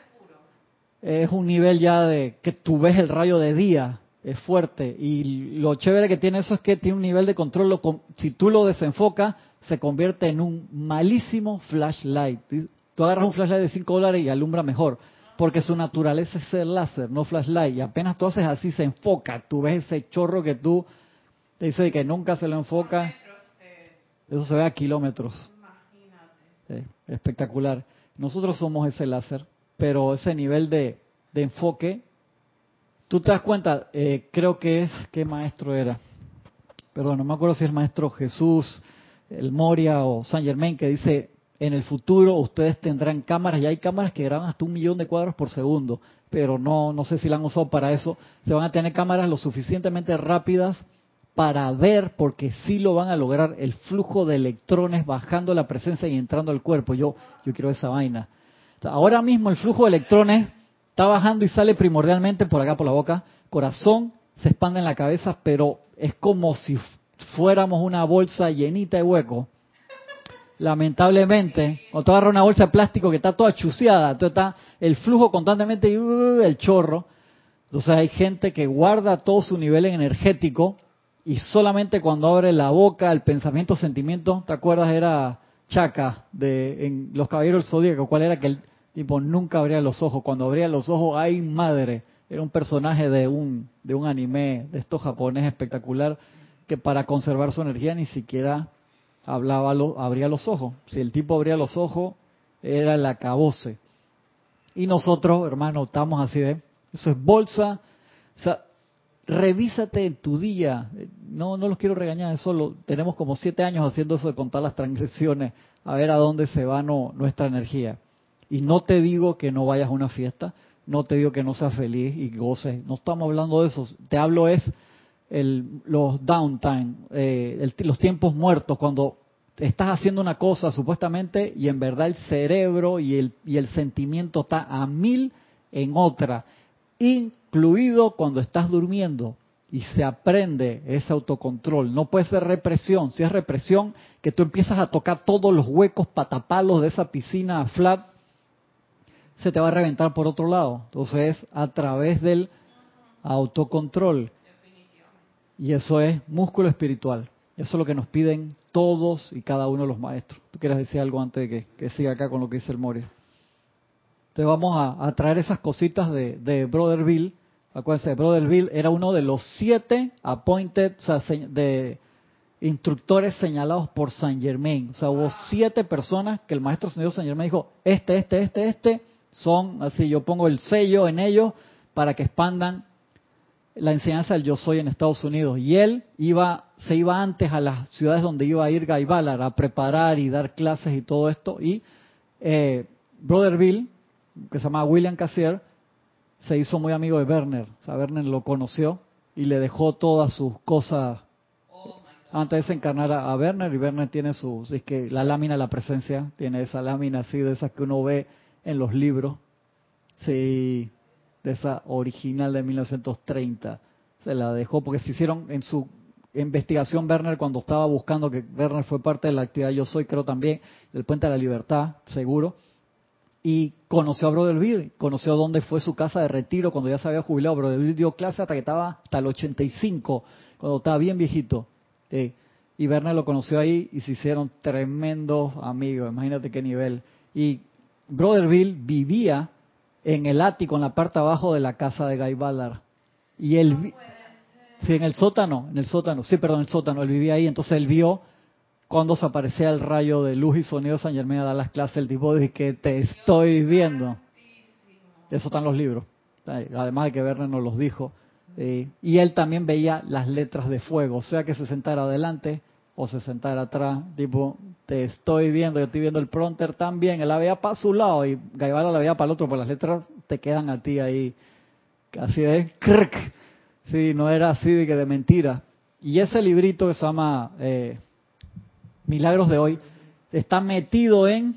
es un nivel ya de que tú ves el rayo de día, es fuerte. Y lo chévere que tiene eso es que tiene un nivel de control, si tú lo desenfocas, se convierte en un malísimo flashlight. Tú agarras un flashlight de $5 y alumbra mejor, porque su naturaleza es ser láser, no flashlight. Y apenas tú haces así, se enfoca. Tú ves ese chorro que tú te dice que nunca se lo enfoca. Eso se ve a kilómetros. Espectacular. Nosotros somos ese láser, pero ese nivel de enfoque, tú te das cuenta, creo que ¿qué maestro era? Perdón, no me acuerdo si es el maestro Jesús, el Moria o Saint Germain, que dice, en el futuro ustedes tendrán cámaras, y hay cámaras que graban hasta 1.000.000 de cuadros por segundo, pero no sé si la han usado para eso. Se van a tener cámaras lo suficientemente rápidas para ver, porque sí lo van a lograr, el flujo de electrones bajando la presencia y entrando al cuerpo. Yo quiero esa vaina. Ahora mismo el flujo de electrones está bajando y sale primordialmente por acá, por la boca, corazón, se expande en la cabeza, pero es como si fuéramos una bolsa llenita de hueco. Lamentablemente, cuando tú agarras una bolsa de plástico que está toda chuseada, entonces está el flujo constantemente y el chorro. Entonces hay gente que guarda todo su nivel energético y solamente cuando abre la boca, el pensamiento, sentimiento, ¿te acuerdas? Era Chaka en Los Caballeros del Zodíaco, ¿cuál era? Que el tipo nunca abría los ojos. Cuando abría los ojos, ¡ay madre! Era un personaje de un anime de estos japoneses espectacular, que para conservar su energía ni siquiera abría los ojos. Si el tipo abría los ojos, era el acabose. Y nosotros, hermano, estamos así eso es bolsa. O sea, revísate en tu día. No los quiero regañar, tenemos como 7 años haciendo eso de contar las transgresiones, a ver a dónde se va nuestra energía. Y no te digo que no vayas a una fiesta, no te digo que no seas feliz y goces, no estamos hablando de eso. Te hablo los downtime, los tiempos muertos, cuando estás haciendo una cosa supuestamente y en verdad el cerebro y el sentimiento está a 1000 en otra, incluido cuando estás durmiendo, y se aprende ese autocontrol. No puede ser represión. Si es represión, que tú empiezas a tocar todos los huecos patapalos de esa piscina flat, se te va a reventar por otro lado. Entonces es a través del autocontrol. Y eso es músculo espiritual. Eso es lo que nos piden todos y cada uno de los maestros. ¿Tú quieres decir algo antes de que siga acá con lo que dice el Moria? Te vamos a traer esas cositas de Brother Bill. Acuérdense, Brother Bill era uno de los 7 appointed, o sea, de instructores señalados por Saint Germain. O sea, hubo 7 personas que el maestro señor Saint Germain dijo, este, son así, yo pongo el sello en ellos para que expandan la enseñanza del yo soy en Estados Unidos. Y él se iba antes a las ciudades donde iba a ir Guy Ballard a preparar y dar clases y todo esto. Y Brother Bill, que se llama William Cassier, se hizo muy amigo de Werner. O sea, Werner lo conoció y le dejó todas sus cosas antes de desencarnar a Werner. Y Werner tiene es que la lámina de la presencia, tiene esa lámina así, de esas que uno ve en los libros. Sí, de esa original de 1930. Se la dejó porque se hicieron en su investigación Werner, cuando estaba buscando, que Werner fue parte de la actividad Yo Soy, creo también, del Puente de la Libertad, seguro. Y conoció a Brother Bill, conoció dónde fue su casa de retiro cuando ya se había jubilado. Brother Bill dio clase hasta el 85, cuando estaba bien viejito. Y Werner lo conoció ahí y se hicieron tremendos amigos, imagínate qué nivel. Y Brother Bill vivía en el ático, en la parte abajo de la casa de Guy Ballard. Y él, sí, en el sótano, él vivía ahí. Entonces él vio cuando se aparecía el rayo de luz y sonido de San Germain a dar las clases, el tipo dice que te estoy viendo. Eso están los libros. Además de que Werner nos los dijo. Y él también veía las letras de fuego, o sea que se sentara adelante o se sentara atrás, tipo, te estoy viendo, yo estoy viendo el prompter también. Él la veía para su lado y Gaibala la veía para el otro, pero las letras te quedan a ti ahí, así de crrk. Sí, no era así de que de mentira. Y ese librito que se llama Milagros de Hoy está metido en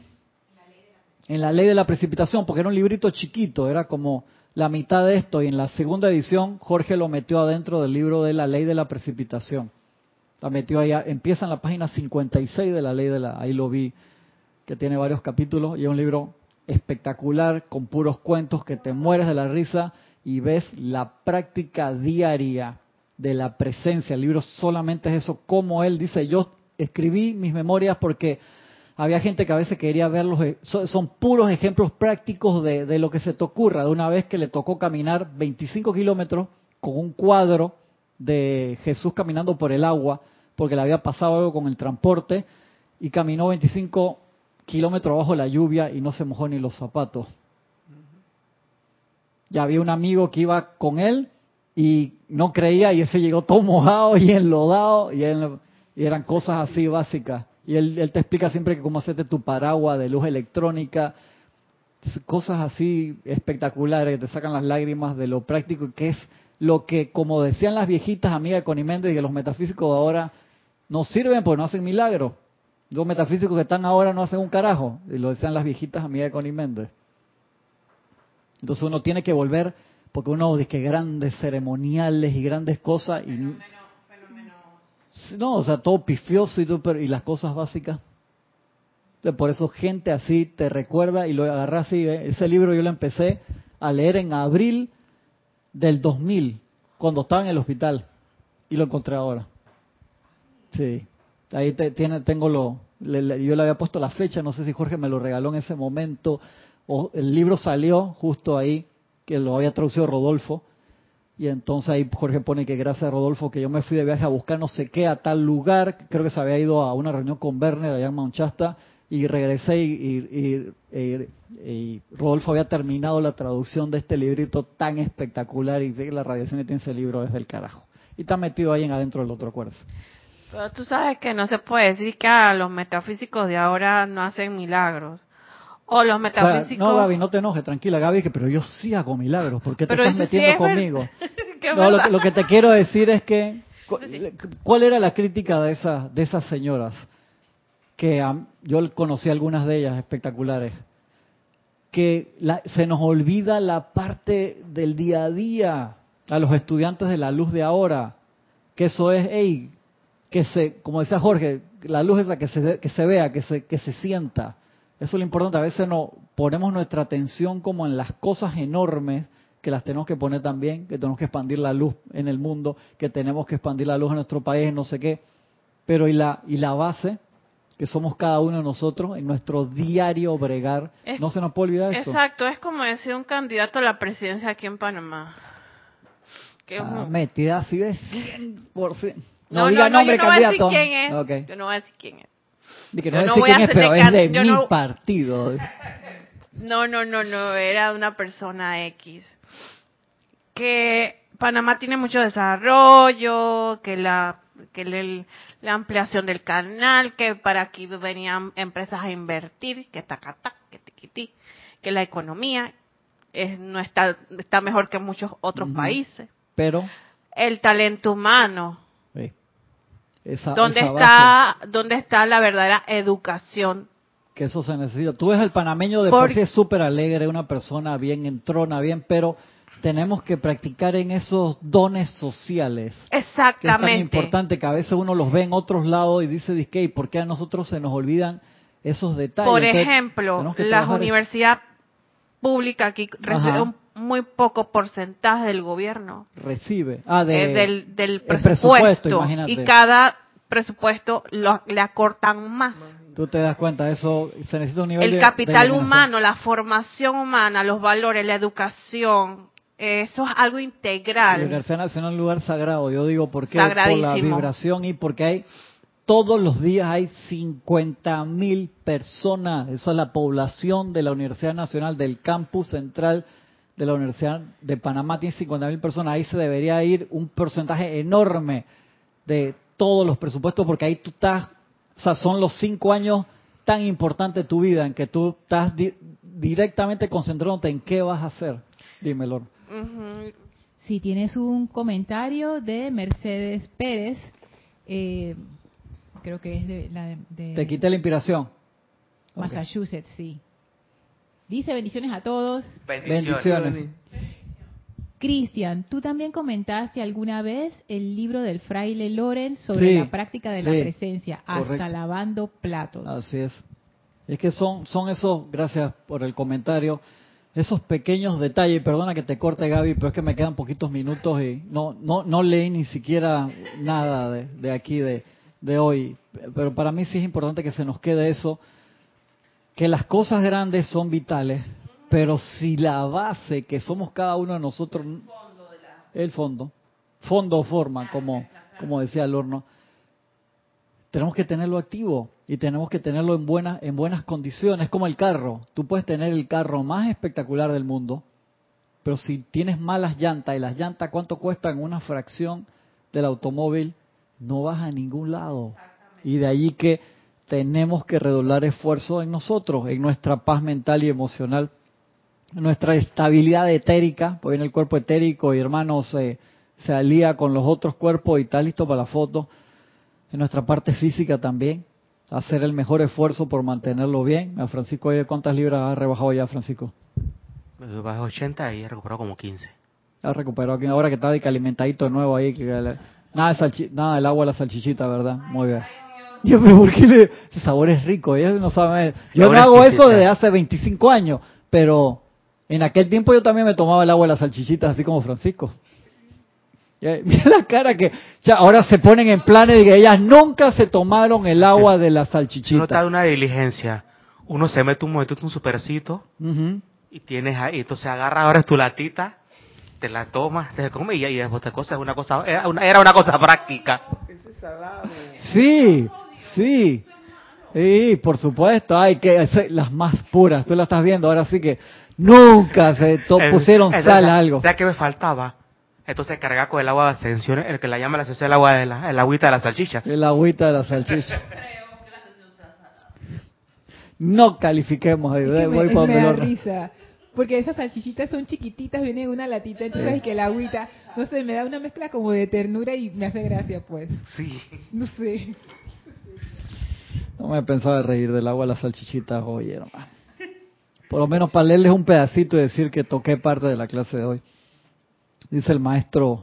la ley de la precipitación, porque era un librito chiquito, era como la mitad de esto, y en la segunda edición Jorge lo metió adentro del libro de la ley de la precipitación. La metió ahí, empieza en la página 56 de la ley ahí lo vi, que tiene varios capítulos, y es un libro espectacular, con puros cuentos que te mueres de la risa y ves la práctica diaria de la presencia. El libro solamente es eso, como él dice, yo escribí mis memorias porque había gente que a veces quería verlos, son puros ejemplos prácticos de lo que se te ocurra. De una vez que le tocó caminar 25 kilómetros con un cuadro de Jesús caminando por el agua, porque le había pasado algo con el transporte, y caminó 25 kilómetros bajo la lluvia y no se mojó ni los zapatos. Ya había un amigo que iba con él y no creía, y ese llegó todo mojado y enlodado, y eran cosas así básicas. Y él te explica siempre que cómo hacerte tu paraguas de luz electrónica, cosas así espectaculares que te sacan las lágrimas de lo práctico, que es lo que, como decían las viejitas amigas de Connie Méndez, y que los metafísicos de ahora no sirven porque no hacen milagros. Los metafísicos que están ahora no hacen un carajo, y lo decían las viejitas amigas de Connie Méndez. Entonces uno tiene que volver, porque uno dice que grandes ceremoniales y grandes cosas, y no, o sea, todo pifioso y las cosas básicas. Entonces, por eso gente así te recuerda, y lo agarré así. Ese libro yo lo empecé a leer en abril del 2000, cuando estaba en el hospital, y lo encontré ahora. Sí, ahí yo le había puesto la fecha, no sé si Jorge me lo regaló en ese momento, o el libro salió justo ahí, que lo había traducido Rodolfo. Y entonces ahí Jorge pone que gracias a Rodolfo que yo me fui de viaje a buscar no sé qué a tal lugar, creo que se había ido a una reunión con Werner allá en Mount Shasta, y regresé y Rodolfo había terminado la traducción de este librito tan espectacular, y la radiación que tiene ese libro es del carajo. Y está metido ahí en adentro del otro cuerpo. Pero tú sabes que no se puede decir que los metafísicos de ahora no hacen milagros. O los metafísicos... O sea, no, Gaby, no te enojes, tranquila, Gaby, pero yo sí hago milagros, ¿por qué te estás metiendo sí conmigo? No, lo que te quiero decir es que, ¿cuál era la crítica de esas señoras? Que yo conocí algunas de ellas espectaculares, que se nos olvida la parte del día a día a los estudiantes de la luz de ahora, que eso es, como decía Jorge, la luz es la que se vea, que se sienta. Eso es lo importante. A veces no ponemos nuestra atención como en las cosas enormes, que las tenemos que poner también, que tenemos que expandir la luz en el mundo, que tenemos que expandir la luz en nuestro país, no sé qué. Pero y la base, que somos cada uno de nosotros en nuestro diario bregar. No se nos puede olvidar eso. Exacto, es como decir un candidato a la presidencia aquí en Panamá. Metida así de 100%. No diga nombre, candidato. Yo no voy a decir quién es. Que no voy a decir quién es, pero es de mi partido. No, era una persona X. Que Panamá tiene mucho desarrollo, que la ampliación del canal, que para aquí venían empresas a invertir, que tacatac, que tiquití, que la economía no está mejor que muchos otros países. Pero el talento humano. Sí. ¿Dónde está la verdadera educación? Que eso se necesita. Tú ves el panameño de por sí es súper alegre, una persona bien entrona, bien, pero tenemos que practicar en esos dones sociales. Exactamente. Que es tan importante que a veces uno los ve en otros lados y dice, ¿y por qué a nosotros se nos olvidan esos detalles? Por ejemplo, las universidades públicas aquí reciben un muy poco porcentaje del gobierno. Recibe. Del presupuesto. Imagínate. Y cada presupuesto le acortan más. Tú te das cuenta, eso se necesita un nivel el capital humano, la formación humana, los valores, la educación, eso es algo integral. La Universidad Nacional es un lugar sagrado, yo digo, ¿por qué? Por la vibración y porque todos los días hay 50.000 personas, esa es la población de la Universidad Nacional, del campus central de la Universidad de Panamá, tiene 50.000 personas, ahí se debería ir un porcentaje enorme de todos los presupuestos, porque ahí tú estás, o sea, son los 5 años tan importantes de tu vida en que tú estás directamente concentrándote en qué vas a hacer. Dímelo. Sí, tienes un comentario de Mercedes Pérez, creo que es de Te quité la inspiración. Massachusetts, sí. Dice, bendiciones a todos. Bendiciones. Cristian, tú también comentaste alguna vez el libro del fraile Lorenz sobre la práctica de la presencia, hasta lavando platos. Así es. Es que son esos, gracias por el comentario, esos pequeños detalles. Perdona que te corte, Gaby, pero es que me quedan poquitos minutos y no leí ni siquiera nada de aquí de hoy. Pero para mí sí es importante que se nos quede eso, que las cosas grandes son vitales, pero si la base que somos cada uno de nosotros, el fondo o forma, como decía el horno, tenemos que tenerlo activo y tenemos que tenerlo en buenas condiciones, como el carro. Tú puedes tener el carro más espectacular del mundo, pero si tienes malas llantas, y las llantas ¿cuánto cuestan? Una fracción del automóvil, no vas a ningún lado. Y de allí que tenemos que redoblar esfuerzo en nosotros, en nuestra paz mental y emocional, nuestra estabilidad etérica, porque en el cuerpo etérico y hermano se alía con los otros cuerpos y está listo para la foto. En nuestra parte física también, hacer el mejor esfuerzo por mantenerlo bien. A Francisco, ¿cuántas libras ha rebajado ya, Francisco? Bajé 80 y he recuperado como 15. Ha recuperado aquí ahora que está de alimentadito de nuevo ahí. Nada del agua a la salchichita, ¿verdad? Muy bien. Yo, pero ¿por qué ese sabor es rico? No sabe. Yo no hago eso desde hace 25 años, pero en aquel tiempo yo también me tomaba el agua de las salchichitas, así como Francisco. Mira la cara que ya ahora se ponen en planes de que ellas nunca se tomaron el agua de las salchichitas. Uno está de una diligencia. Uno se mete un momentito en un supercito y tienes ahí, entonces agarras ahora tu latita, te la tomas, te la comes y después esta cosa es una cosa, era una cosa práctica. Ese salado. Sí, por supuesto, hay que las más puras, tú las estás viendo, ahora sí que nunca se pusieron sal a algo. ¿Sabes qué me faltaba? Entonces cargar con el agua de ascensión, el que la llama la ascensión, el agua el agüita de las salchichas. El agüita de las salchichas. No califiquemos ahí, me da risa. Porque esas salchichitas son chiquititas, vienen en una latita, entonces hay que el agüita, no sé, me da una mezcla como de ternura y me hace gracia, pues. Sí. No sé. No me pensaba reír del agua de las salchichitas hoy, hermano. Por lo menos para leerles un pedacito y decir que toqué parte de la clase de hoy. Dice el maestro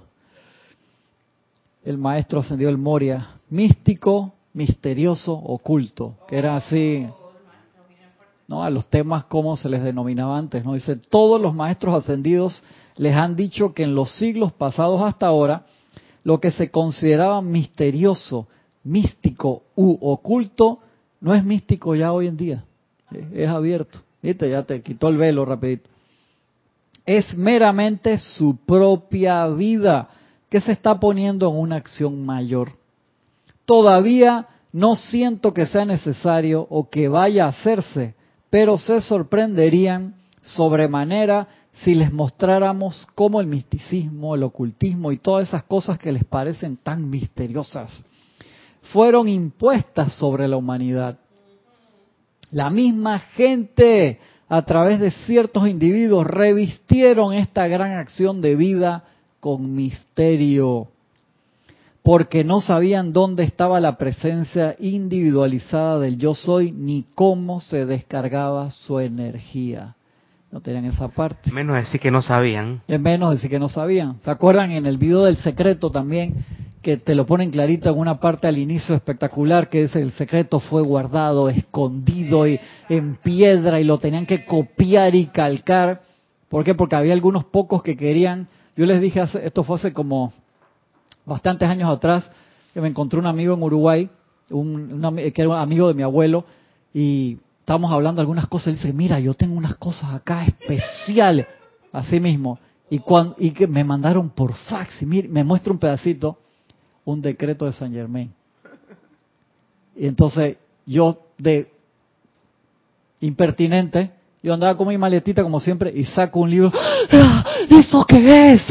ascendido el Moria, místico, misterioso, oculto, que era así, ¿no? A los temas como se les denominaba antes, ¿no? Dice, todos los maestros ascendidos les han dicho que en los siglos pasados hasta ahora, lo que se consideraba misterioso, místico u oculto, No es místico ya hoy en día, es abierto. ¿Viste? Ya te quitó el velo rapidito. Es meramente su propia vida que se está poniendo en una acción mayor. Todavía no siento que sea necesario o que vaya a hacerse, pero se sorprenderían sobremanera si les mostráramos cómo el misticismo, el ocultismo y todas esas cosas que les parecen tan misteriosas fueron impuestas sobre la humanidad. La misma gente, a través de ciertos individuos, revistieron esta gran acción de vida con misterio, porque no sabían dónde estaba la presencia individualizada del yo soy, ni cómo se descargaba su energía. No tenían esa parte. Menos decir que no sabían. Es menos decir que no sabían. ¿Se acuerdan en el video del secreto también? Que te lo ponen clarito en una parte al inicio espectacular, que es el secreto fue guardado, escondido y en piedra y lo tenían que copiar y calcar. ¿Por qué? Porque había algunos pocos que querían. Yo les dije, esto fue hace como bastantes años atrás, que me encontré un amigo en Uruguay, que era un amigo de mi abuelo, y estábamos hablando de algunas cosas. Él dice, mira, yo tengo unas cosas acá especiales, así mismo, y que me mandaron por fax, y me muestra un pedacito, un decreto de Saint Germain. Y entonces yo, de impertinente, yo andaba con mi maletita como siempre y saco un libro. ¡Ah! ¿Eso qué es?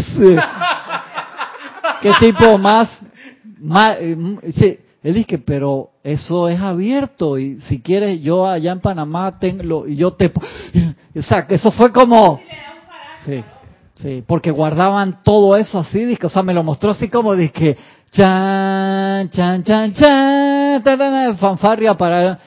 ¿Qué tipo más sí, él dice, pero eso es abierto y si quieres yo allá en Panamá tengo y yo te, o sea, eso fue como, sí, porque guardaban todo eso así, o sea, me lo mostró así como dije, chan, chan, chan, chan, fanfarria para,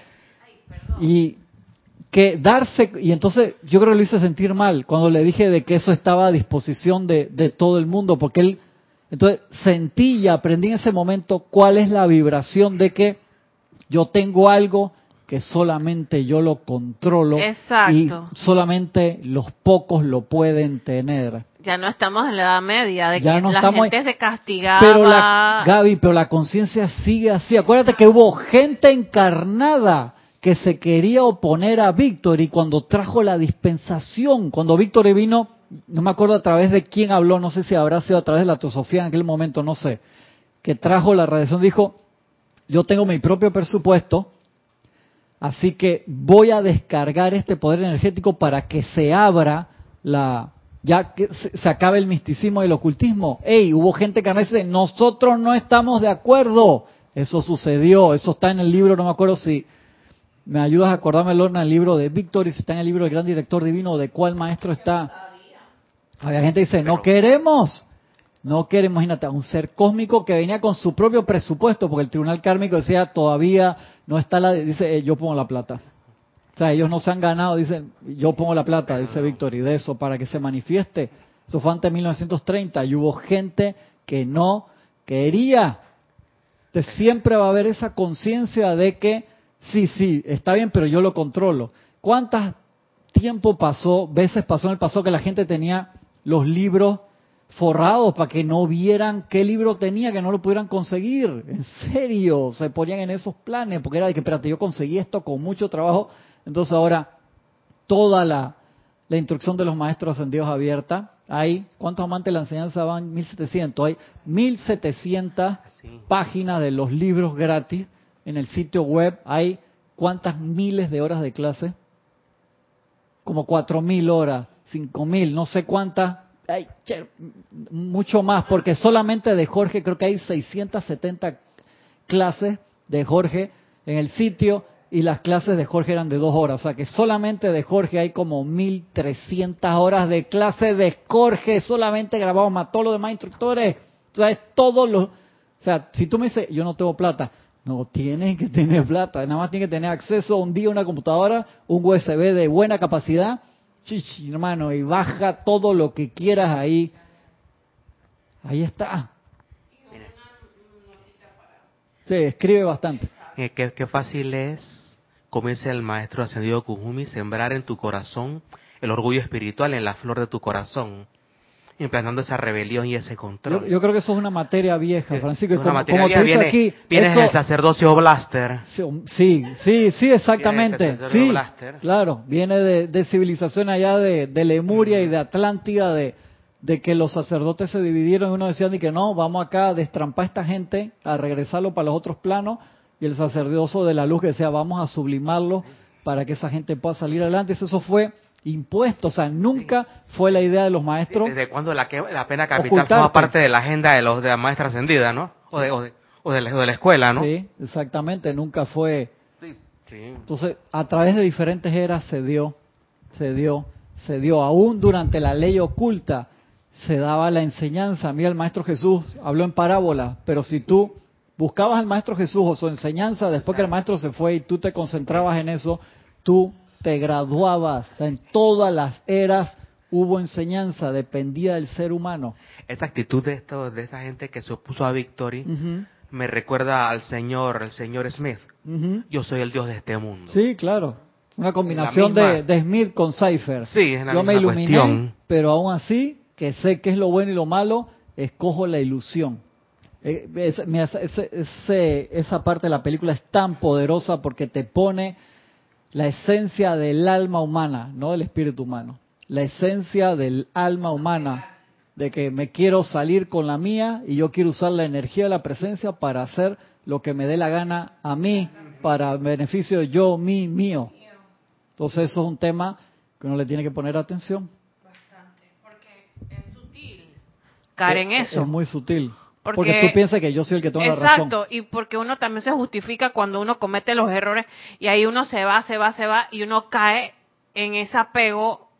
y que darse, y entonces yo creo que lo hice sentir mal cuando le dije de que eso estaba a disposición de todo el mundo, porque él, entonces sentí y aprendí en ese momento cuál es la vibración de que yo tengo algo que solamente yo lo controlo. Exacto. Y solamente los pocos lo pueden tener. Ya no estamos en la Edad Media, de ya que no la gente se castigaba. Pero Gaby, pero la conciencia sigue así. Acuérdate que hubo gente encarnada que se quería oponer a Víctor, y cuando trajo la dispensación, cuando Víctor vino, no me acuerdo a través de quién habló, no sé si habrá sido a través de la teosofía en aquel momento, no sé, que trajo la radiación, dijo, yo tengo mi propio presupuesto, así que voy a descargar este poder energético para que se abra ya que se acabe el misticismo y el ocultismo. Hubo gente que me dice, nosotros no estamos de acuerdo. Eso sucedió, eso está en el libro, no me acuerdo si me ayudas a acordarme, Lorna, el libro de Víctor, y si está en el libro del Gran Director Divino, de cuál maestro está. Había gente que dice, no queremos, imagínate, a un ser cósmico que venía con su propio presupuesto, porque el tribunal kármico decía, todavía no está dice, yo pongo la plata. O sea, ellos no se han ganado, dicen, yo pongo la plata, dice Víctor, y de eso, para que se manifieste. Eso fue antes de 1930, y hubo gente que no quería. Entonces siempre va a haber esa conciencia de que, sí, está bien, pero yo lo controlo. ¿Cuántas veces pasó en el pasado que la gente tenía los libros forrados para que no vieran qué libro tenía, que no lo pudieran conseguir? En serio, se ponían en esos planes, porque era de que, espérate, yo conseguí esto con mucho trabajo. Entonces ahora toda la instrucción de los maestros ascendidos abierta. Hay, ¿cuántos amantes de la enseñanza van? 1700. Hay 1700 páginas de los libros gratis en el sitio web. Hay ¿cuántas miles de horas de clase? Como 4000 horas, 5000, no sé cuántas. Hay mucho más, porque solamente de Jorge creo que hay 670 clases de Jorge en el sitio, y las clases de Jorge eran de 2 horas. O sea que solamente de Jorge hay como 1300 horas de clase de Jorge, solamente grabamos, más todos los demás instructores. O sea, es todos los... O sea, si tú me dices, yo no tengo plata, no tienes que tener plata, nada más tienes que tener acceso a un día a una computadora, un USB de buena capacidad, hermano, y baja todo lo que quieras ahí. Ahí está. Sí, escribe bastante. Qué fácil es, como dice el maestro ascendido Kuzumi, sembrar en tu corazón el orgullo espiritual en la flor de tu corazón. implantando esa rebelión y ese control. Yo creo que eso es una materia vieja, sí, Francisco. Y como te dice aquí, viene el sacerdocio Blaster. Sí, exactamente. Sí, Blaster. Claro, viene de civilización allá de Lemuria y de Atlántida, de que los sacerdotes se dividieron y uno decía que no, vamos acá a destrampar a esta gente, a regresarlo para los otros planos, y el sacerdocio de la luz que decía vamos a sublimarlo para que esa gente pueda salir adelante. Eso fue impuesto, o sea, nunca fue la idea de los maestros. ¿Desde cuándo la pena capital forma parte de la agenda de la maestra ascendida, no? O de la escuela, ¿no? Sí, exactamente, nunca fue. Sí. Entonces, a través de diferentes eras se dio, aún durante la ley oculta se daba la enseñanza. Mira, el Maestro Jesús habló en parábola, pero si tú buscabas al Maestro Jesús o su enseñanza después que el Maestro se fue y tú te concentrabas en eso, tú te graduabas. O sea, en todas las eras hubo enseñanza, dependía del ser humano. Esa actitud de esta gente que se opuso a Victory me recuerda al señor Smith. Yo soy el Dios de este mundo. Sí, claro. Una combinación de Smith con Cypher. Sí, es la Yo misma me iluminé, cuestión. pero aún así, que sé qué es lo bueno y lo malo, escojo la ilusión. Esa parte de la película es tan poderosa porque te pone la esencia del alma humana, no del espíritu humano. La esencia del alma humana, de que me quiero salir con la mía y yo quiero usar la energía de la presencia para hacer lo que me dé la gana a mí, para beneficio de yo, mío. Entonces eso es un tema que uno le tiene que poner atención. Bastante, porque es sutil caer en eso. Es muy sutil. Porque tú piensas que yo soy el que toma la razón. Exacto, y porque uno también se justifica cuando uno comete los errores y ahí uno se va y uno cae en ese apego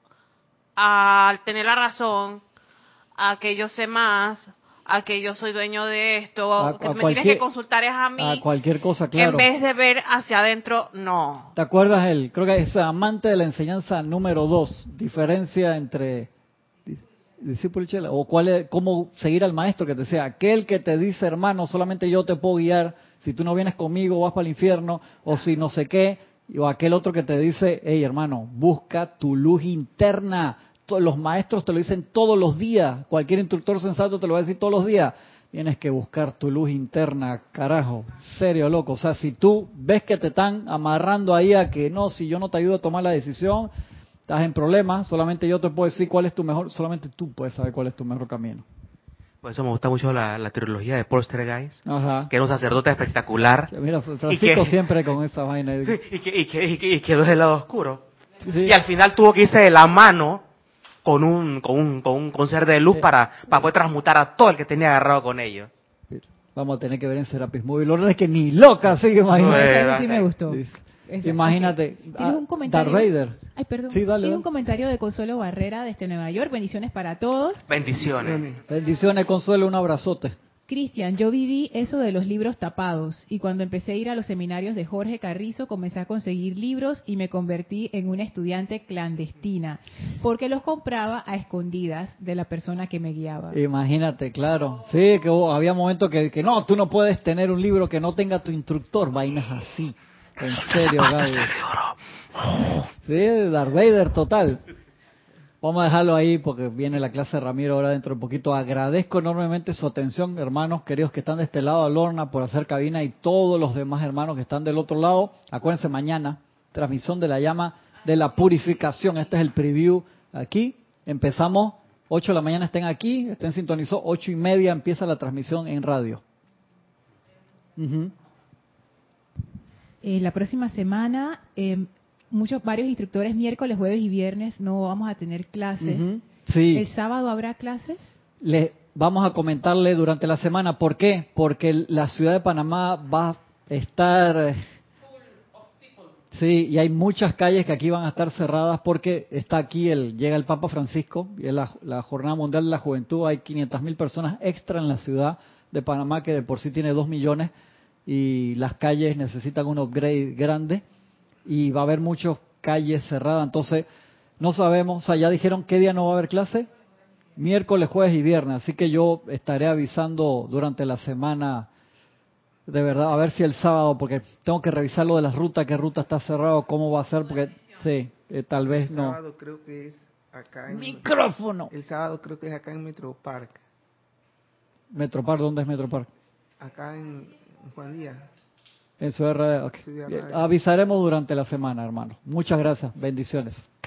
al tener la razón, a que yo sé más, a que yo soy dueño de esto, que me tienes que consultar es a mí. A cualquier cosa, claro. En vez de ver hacia adentro, no. ¿Te acuerdas creo que es amante de la enseñanza número 2, diferencia entre discípulo y chela, o cómo seguir al maestro que te decía, aquel que te dice, hermano, solamente yo te puedo guiar, si tú no vienes conmigo vas para el infierno, o si no sé qué, o aquel otro que te dice, hey hermano, busca tu luz interna. Los maestros te lo dicen todos los días, cualquier instructor sensato te lo va a decir todos los días, tienes que buscar tu luz interna, carajo, serio loco, o sea, si tú ves que te están amarrando ahí a que no, si yo no te ayudo a tomar la decisión, estás en problemas, solamente yo te puedo decir cuál es tu mejor, solamente tú puedes saber cuál es tu mejor camino. Por eso me gusta mucho la trilogía de Poltergeist, que era un sacerdote espectacular. Sí, mira, Francisco siempre con esa vaina. Sí, y quedó del lado oscuro. Sí. Y al final tuvo que irse de la mano con un ser de luz para poder transmutar a todo el que tenía agarrado con ellos. Vamos a tener que ver en Serapis Movie. Lo raro es que ni loca, sí, imagínate. Sí me gustó. Imagínate, ¿Tienes un comentario? Darth Vader. Ay, perdón. Sí, dale. Tiene un comentario de Consuelo Barrera desde Nueva York. Bendiciones para todos. Bendiciones. Bendiciones, Consuelo, un abrazote. Cristian, yo viví eso de los libros tapados y cuando empecé a ir a los seminarios de Jorge Carrizo comencé a conseguir libros y me convertí en una estudiante clandestina porque los compraba a escondidas de la persona que me guiaba. Imagínate, claro. Sí, que había momentos que no, tú no puedes tener un libro que no tenga tu instructor, vainas así. En serio, Gaby. Sí, Darth Vader total. Vamos a dejarlo ahí porque viene la clase de Ramiro ahora dentro de un poquito. Agradezco enormemente su atención, hermanos queridos que están de este lado, a Lorna por hacer cabina y todos los demás hermanos que están del otro lado. Acuérdense, mañana, transmisión de la llama de la purificación. Este es el preview aquí. Empezamos 8 de la mañana, estén aquí, estén sintonizados. 8:30 empieza la transmisión en radio. La próxima semana, varios instructores, miércoles, jueves y viernes, no vamos a tener clases. Sí. ¿El sábado habrá clases? Vamos a comentarle durante la semana. ¿Por qué? Porque la ciudad de Panamá va a estar... Sí, y hay muchas calles que aquí van a estar cerradas porque está aquí, llega el Papa Francisco, y es la Jornada Mundial de la Juventud. Hay 500.000 personas extra en la ciudad de Panamá, que de por sí tiene 2 millones. Y las calles necesitan un upgrade grande y va a haber muchas calles cerradas, entonces no sabemos, o sea, ya dijeron qué día no va a haber clase, miércoles, jueves y viernes, así que yo estaré avisando durante la semana, de verdad, a ver si el sábado, porque tengo que revisar lo de las rutas, qué ruta está cerrado, cómo va a ser, porque sí, tal vez no. El sábado creo que es acá en ¡Micrófono! El sábado creo que es acá en Metropark. ¿Metropark? ¿Dónde es Metropark? Acá en Juan Díaz. En su RD. Okay. Avisaremos durante la semana, hermano. Muchas gracias. Bendiciones.